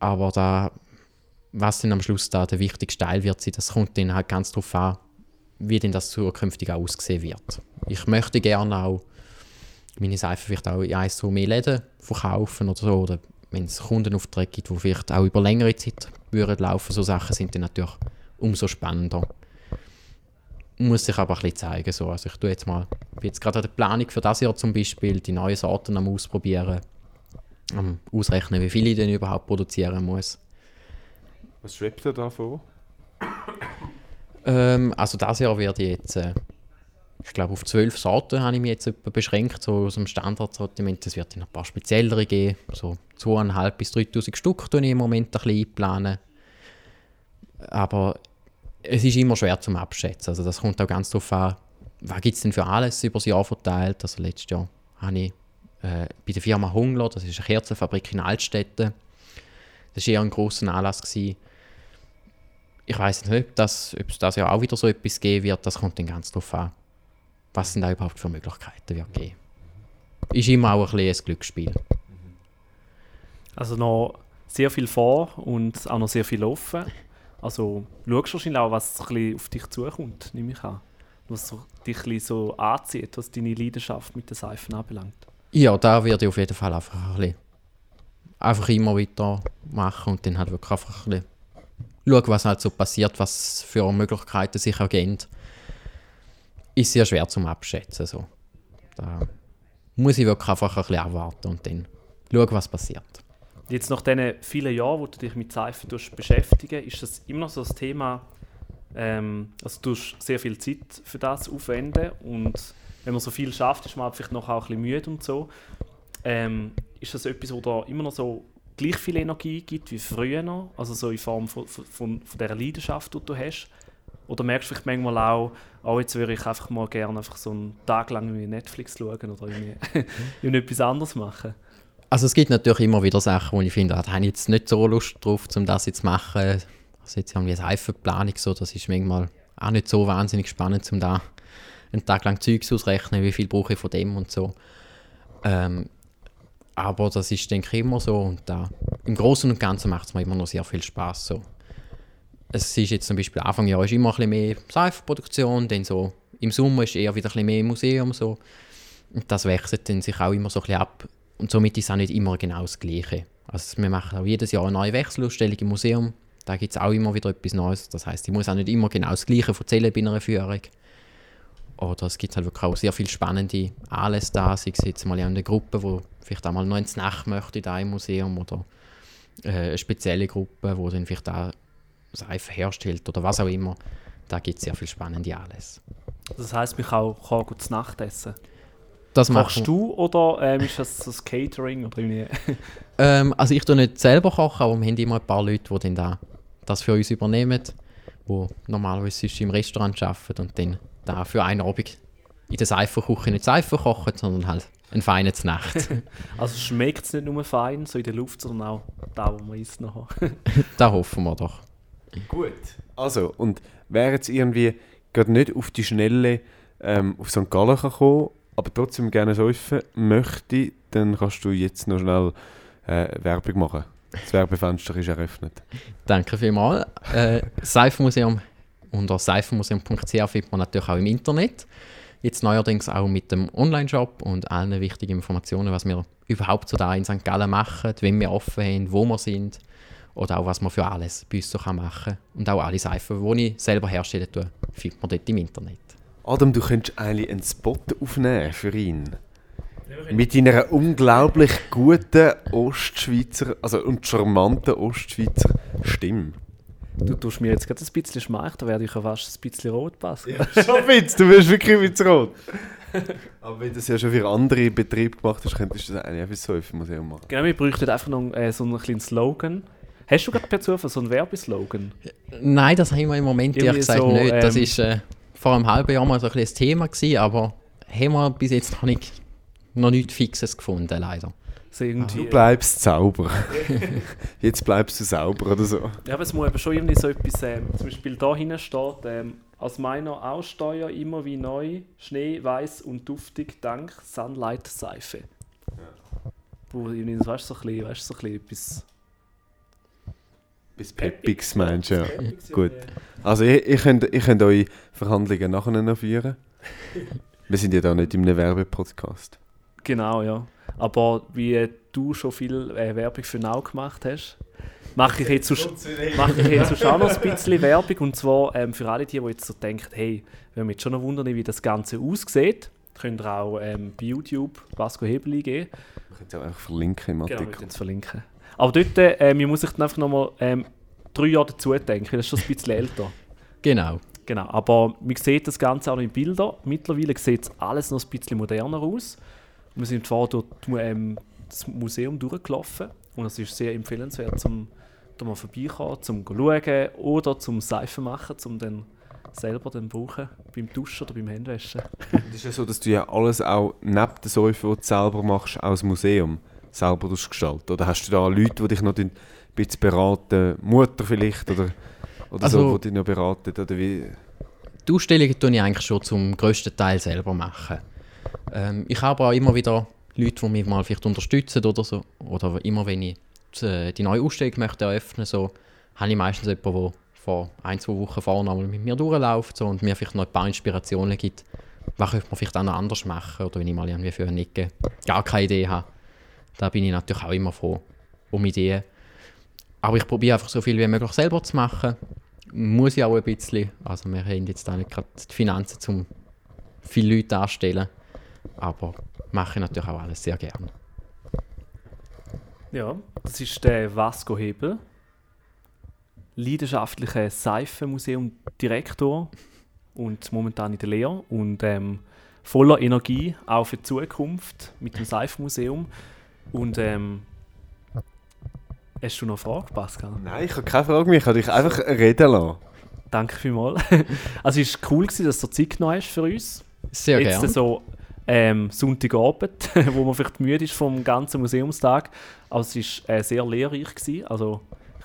Aber was dann am Schluss da der wichtigste Teil wird sein, das kommt dann halt ganz darauf an, wie denn das zukünftig auch aussehen wird. Ich möchte gerne auch meine Seife vielleicht auch in 1, 2 mehr Läden verkaufen oder so. Oder wenn es Kundenaufträge gibt, die vielleicht auch über längere Zeit würden laufen, so Sachen sind dann natürlich umso spannender. Muss sich aber ein bisschen zeigen. So. Also ich bin jetzt gerade an der Planung für das Jahr zum Beispiel, die neuen Sorten am Ausprobieren, am Ausrechnen, wie viel ich denn überhaupt produzieren muss. Was schwebt ihr da vor? Also dieses Jahr werde ich jetzt, ich glaube auf 12 Sorten habe ich mich jetzt etwa beschränkt, so aus dem Standardsortiment. Es wird noch ein paar speziellere geben, so 2'500 bis 3'000 Stück tue ich im Moment ein bisschen einplanen. Aber es ist immer schwer zum Abschätzen, also das kommt auch ganz darauf an, was gibt es denn für alles über das Jahr verteilt. Also letztes Jahr habe ich bei der Firma Hungler, das ist eine Kerzenfabrik in Altstetten, das war eher ein grosser Anlass gewesen. Ich weiss nicht, ob es das Jahr auch wieder so etwas geben wird. Das kommt dann ganz darauf an, was es da überhaupt für Möglichkeiten wird geben. Ist immer auch ein bisschen ein Glücksspiel. Also noch sehr viel vor und auch noch sehr viel offen. Also schaust du wahrscheinlich auch, was ein bisschen auf dich zukommt, nehme ich an. Was dich ein bisschen so anzieht, was deine Leidenschaft mit den Seifen anbelangt. Ja, da werde ich auf jeden Fall einfach immer weiter machen und dann halt wirklich einfach ein bisschen schauen, was halt so passiert, was für Möglichkeiten sich ergeben. Ist sehr schwer zum Abschätzen. So. Da muss ich wirklich einfach ein bisschen abwarten und dann schauen, was passiert. Jetzt nach diesen vielen Jahren, wo du dich mit Seifen beschäftigen, ist das immer noch so das Thema, also du hast sehr viel Zeit für das aufwenden und wenn man so viel schafft, ist man halt vielleicht noch auch ein bisschen müde und so. Ist das etwas, wo da immer noch so gleich viel Energie gibt wie früher noch, also so in Form von dieser Leidenschaft, die du hast? Oder merkst du vielleicht manchmal auch jetzt würde ich einfach mal gerne einfach so einen Tag lang Netflix schauen oder etwas anderes machen? Also es gibt natürlich immer wieder Sachen, wo ich finde, da habe ich jetzt nicht so Lust drauf, um das jetzt zu machen. Also jetzt irgendwie eine Seifenplanung, so, das ist manchmal auch nicht so wahnsinnig spannend, um da einen Tag lang Zeugs auszurechnen, wie viel brauche ich von dem und so. Aber das ist, denke ich, immer so. Und da, im Großen und Ganzen macht es mir immer noch sehr viel Spaß. So. Es ist jetzt zum Beispiel Anfang Jahr ist immer ein bisschen mehr Seifenproduktion, dann so im Sommer ist eher wieder ein bisschen mehr Museum. So. Und das wechselt dann sich auch immer so ein bisschen ab. Und somit ist es auch nicht immer genau das Gleiche. Also wir machen auch jedes Jahr eine neue Wechselausstellung im Museum. Da gibt es auch immer wieder etwas Neues. Das heisst, ich muss auch nicht immer genau das Gleiche erzählen bei einer Führung. Oder es gibt halt wirklich auch sehr viele spannende Anlässe da. Sei es jetzt mal in einer Gruppe, die vielleicht auch mal noch ins Nacht möchte da im Museum. Oder eine spezielle Gruppe, die dann vielleicht auch Seife herstellt oder was auch immer. Da gibt es sehr viele spannende Anlässe. Das heisst, man kann gut zu Nacht essen? Das kochst du oder ist das das Catering? Oder also ich tue nicht selber kochen, aber wir haben immer ein paar Leute, die dann das für uns übernehmen, die normalerweise sonst im Restaurant arbeiten und dann da für einen Abend in der Seifenküche nicht Seife kochen, sondern halt eine feine Nacht. Also schmeckt es nicht nur fein, so in der Luft, sondern auch da, wo man isst nachher. Da hoffen wir doch. Gut. Also, und wer jetzt irgendwie gerade nicht auf die Schnelle auf St. Gallen kommen, aber trotzdem gerne säufen möchte, dann kannst du jetzt noch schnell Werbung machen. Das Werbefenster ist eröffnet. Danke vielmals. Seifenmuseum unter seifenmuseum.ch findet man natürlich auch im Internet. Jetzt neuerdings auch mit dem Online-Shop und allen wichtigen Informationen, was wir überhaupt so da in St. Gallen machen, wenn wir offen haben, wo wir sind oder auch was man für alles bei uns so machen kann. Und auch alle Seifen, die ich selber herstellen tue, findet man dort im Internet. Adam, du könntest eigentlich einen Spot aufnehmen für ihn. Mit deiner unglaublich guten Ostschweizer, also und charmanten Ostschweizer Stimme. Du tust mir jetzt gerade ein bisschen schmeicheln, da werde ich ja fast ein bisschen rot passen. Ja, schon ein bisschen, du wirst wirklich ein bisschen rot. Aber wenn du das ja schon für andere Betriebe gemacht hast, könntest du das eigentlich auch für das Säufenmuseum machen. Genau, wir bräuchten einfach noch so einen kleinen Slogan. Hast du gerade per Zufall so einen Werbeslogan? Nein, das haben wir im Moment ehrlich gesagt so, nicht. Das war vor einem halben Jahr mal so ein bisschen das Thema gewesen, aber haben wir bis jetzt noch nichts Fixes gefunden, leider. So du bleibst sauber. Jetzt bleibst du sauber oder so. Ja, aber es muss eben schon irgendwie so etwas, zum Beispiel da hinten steht, aus meiner Aussteuer immer wie neu, Schnee, weiß und duftig, dank Sunlight-Seife. Ja. Wo, weißt du, so ein bisschen etwas... Bis Pepix meinst du, ja. Gut. Also ihr könnt eure Verhandlungen nachher noch führen. Wir sind ja da nicht in einem Werbepodcast. Genau, ja. Aber wie du schon viel Werbung für Now gemacht hast, mache ich jetzt auch noch ein bisschen Werbung. Und zwar für alle die jetzt so denken, hey, wir haben jetzt schon noch wundern, wie das Ganze aussieht, könnt ihr auch bei YouTube Vasco Hebel eingeben. Wir können es auch einfach verlinken im Artikel. Genau, wir können es verlinken. Aber dort man muss sich dann einfach nochmal 3 Jahre dazu denken, das ist schon ein bisschen älter. Genau. Genau, aber man sieht das Ganze auch noch in Bildern. Mittlerweile sieht es alles noch ein bisschen moderner aus. Wir sind vorher durch das Museum durchgelaufen und es ist sehr empfehlenswert, da mal vorbeikommen, zum schauen oder zum Seifen machen, um dann selber dann brauchen, beim Duschen oder beim Händewaschen. Es ist ja so, dass du ja alles auch neben der Säufe, die du selber machst, auch das Museum selber gestalten. Oder hast du da Leute, die dich noch ein bisschen beraten, Mutter vielleicht oder also, so, die dich noch beraten? Oder wie? Die Ausstellungen tue ich eigentlich schon zum grössten Teil selber machen. Ich habe auch immer wieder Leute, die mich mal vielleicht unterstützen oder so. Oder immer wenn ich die neue Ausstellung möchte eröffnen, so, habe ich meistens jemanden, der vor 1-2 Wochen vorne mit mir durchläuft so, und mir vielleicht noch ein paar Inspirationen gibt, was könnte man vielleicht auch noch anders machen, oder wenn ich mal irgendwie für eine Ecke gar keine Idee habe. Da bin ich natürlich auch immer froh um Ideen. Aber ich probiere einfach so viel wie möglich selber zu machen. Muss ich auch ein bisschen. Also wir haben jetzt auch nicht gerade die Finanzen, um viele Leute anzustellen. Aber mache ich natürlich auch alles sehr gerne. Ja, das ist der Vasco Hebel, leidenschaftlicher Seifenmuseum-Direktor und momentan in der Lehre und voller Energie auch für die Zukunft mit dem Seifenmuseum. Und hast du noch eine Frage, Pascal? Nein, ich habe keine Frage mehr, ich kann dich einfach reden lassen. Danke vielmals. Also es war cool, dass du Zeit genommen hast für uns. Sehr gerne. Jetzt so Sonntagabend, wo man vielleicht müde ist vom ganzen Museumstag. Also es war sehr lehrreich gewesen. Also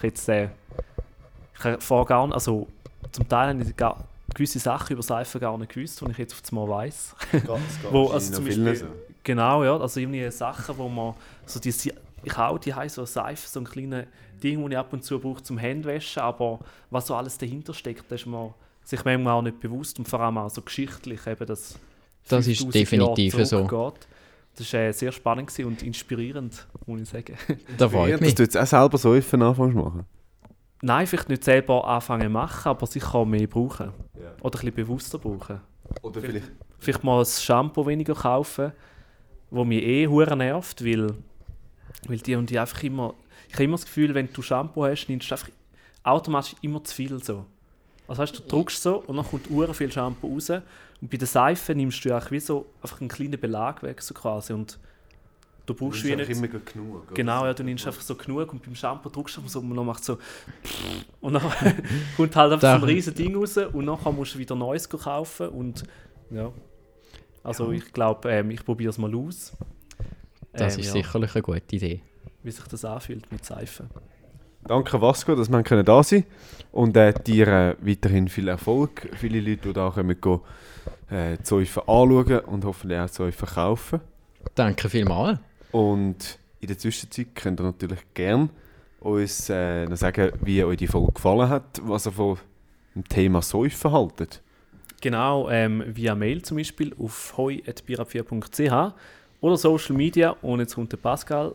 ich vorher gar nicht, also zum Teil habe ich gewisse Sachen über Seifen gar nicht gewusst, die ich jetzt auf einmal weiss. Wo, also zum Beispiel, so. Genau, ja, also irgendwie Sachen, wo man so die haben so eine Seife, so ein kleines Ding, das ich ab und zu brauche zum Händewaschen, aber was so alles dahinter steckt, das ist man sich manchmal auch nicht bewusst und vor allem auch so geschichtlich, eben, dass das ist definitiv so. Das war sehr spannend und inspirierend, muss ich sagen. Da freut mich. Dass du jetzt auch selber Säufen anfängst zu machen? Nein, vielleicht nicht selber anfangen zu machen, aber sicher auch mehr brauchen. Ja. Oder ein bisschen bewusster brauchen. Oder vielleicht mal ein Shampoo weniger kaufen, das mich hure nervt, weil die einfach immer... Ich habe immer das Gefühl, wenn du Shampoo hast, nimmst du einfach automatisch immer zu viel so. Also heißt, du drückst so und dann kommt hure viel Shampoo raus. Und bei der Seife nimmst du wie so einfach einen kleinen Belag weg so quasi. Und du brauchst wie nicht... immer genug. Genau, ja, du nimmst einfach so genug und beim Shampoo drückst du so und dann macht so... Und dann kommt halt einfach so ein riesen Ding raus und dann musst du wieder Neues kaufen und ja. Also ich glaube, ich probiere es mal aus. Das ist sicherlich eine gute Idee. Wie sich das anfühlt mit Seife. Danke Vasco, dass wir da sein können. Und dir weiterhin viel Erfolg. Viele Leute, die da kommen, die Säufen anschauen und hoffentlich auch Säufen kaufen. Danke vielmals. Und in der Zwischenzeit könnt ihr natürlich gerne uns noch sagen, wie euch die Folge gefallen hat, was ihr von dem Thema Säufen haltet. Genau, via Mail zum Beispiel auf hoi@bira4.ch oder Social Media. Und jetzt kommt der Pascal.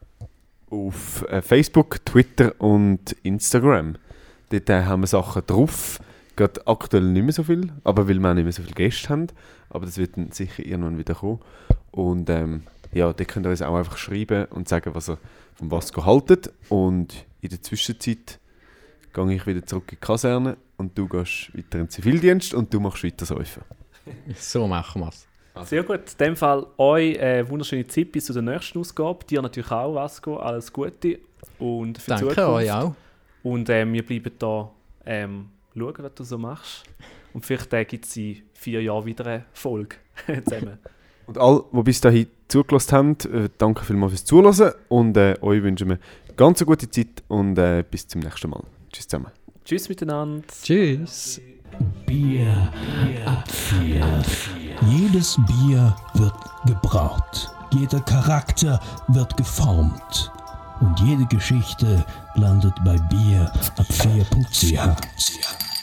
Auf Facebook, Twitter und Instagram. Dort haben wir Sachen drauf. Gerade aktuell nicht mehr so viel, aber weil wir auch nicht mehr so viele Gäste haben. Aber das wird dann sicher irgendwann wieder kommen. Und ja, dort könnt ihr uns auch einfach schreiben und sagen, was ihr von Vasco haltet. Und in der Zwischenzeit gehe ich wieder zurück in die Kaserne und du gehst weiter in den Zivildienst und du machst weiter Säufen. So machen wir es. Sehr gut. In dem Fall euch wunderschöne Zeit bis zur nächsten Ausgabe. Dir natürlich auch, Vasco. Alles Gute und für die Zukunft. Danke euch auch. Und wir bleiben da schauen, was du so machst. Und vielleicht gibt es in 4 Jahren wieder eine Folge zusammen. Und alle, die bis dahin zugelassen haben, danke vielmals fürs Zuhören und euch wünschen wir ganz eine gute Zeit und bis zum nächsten Mal. Tschüss zusammen. Tschüss miteinander. Tschüss. Bier ab 4. Jedes Bier wird gebraut. Jeder Charakter wird geformt. und jede Geschichte landet bei Bier ab 4.ch.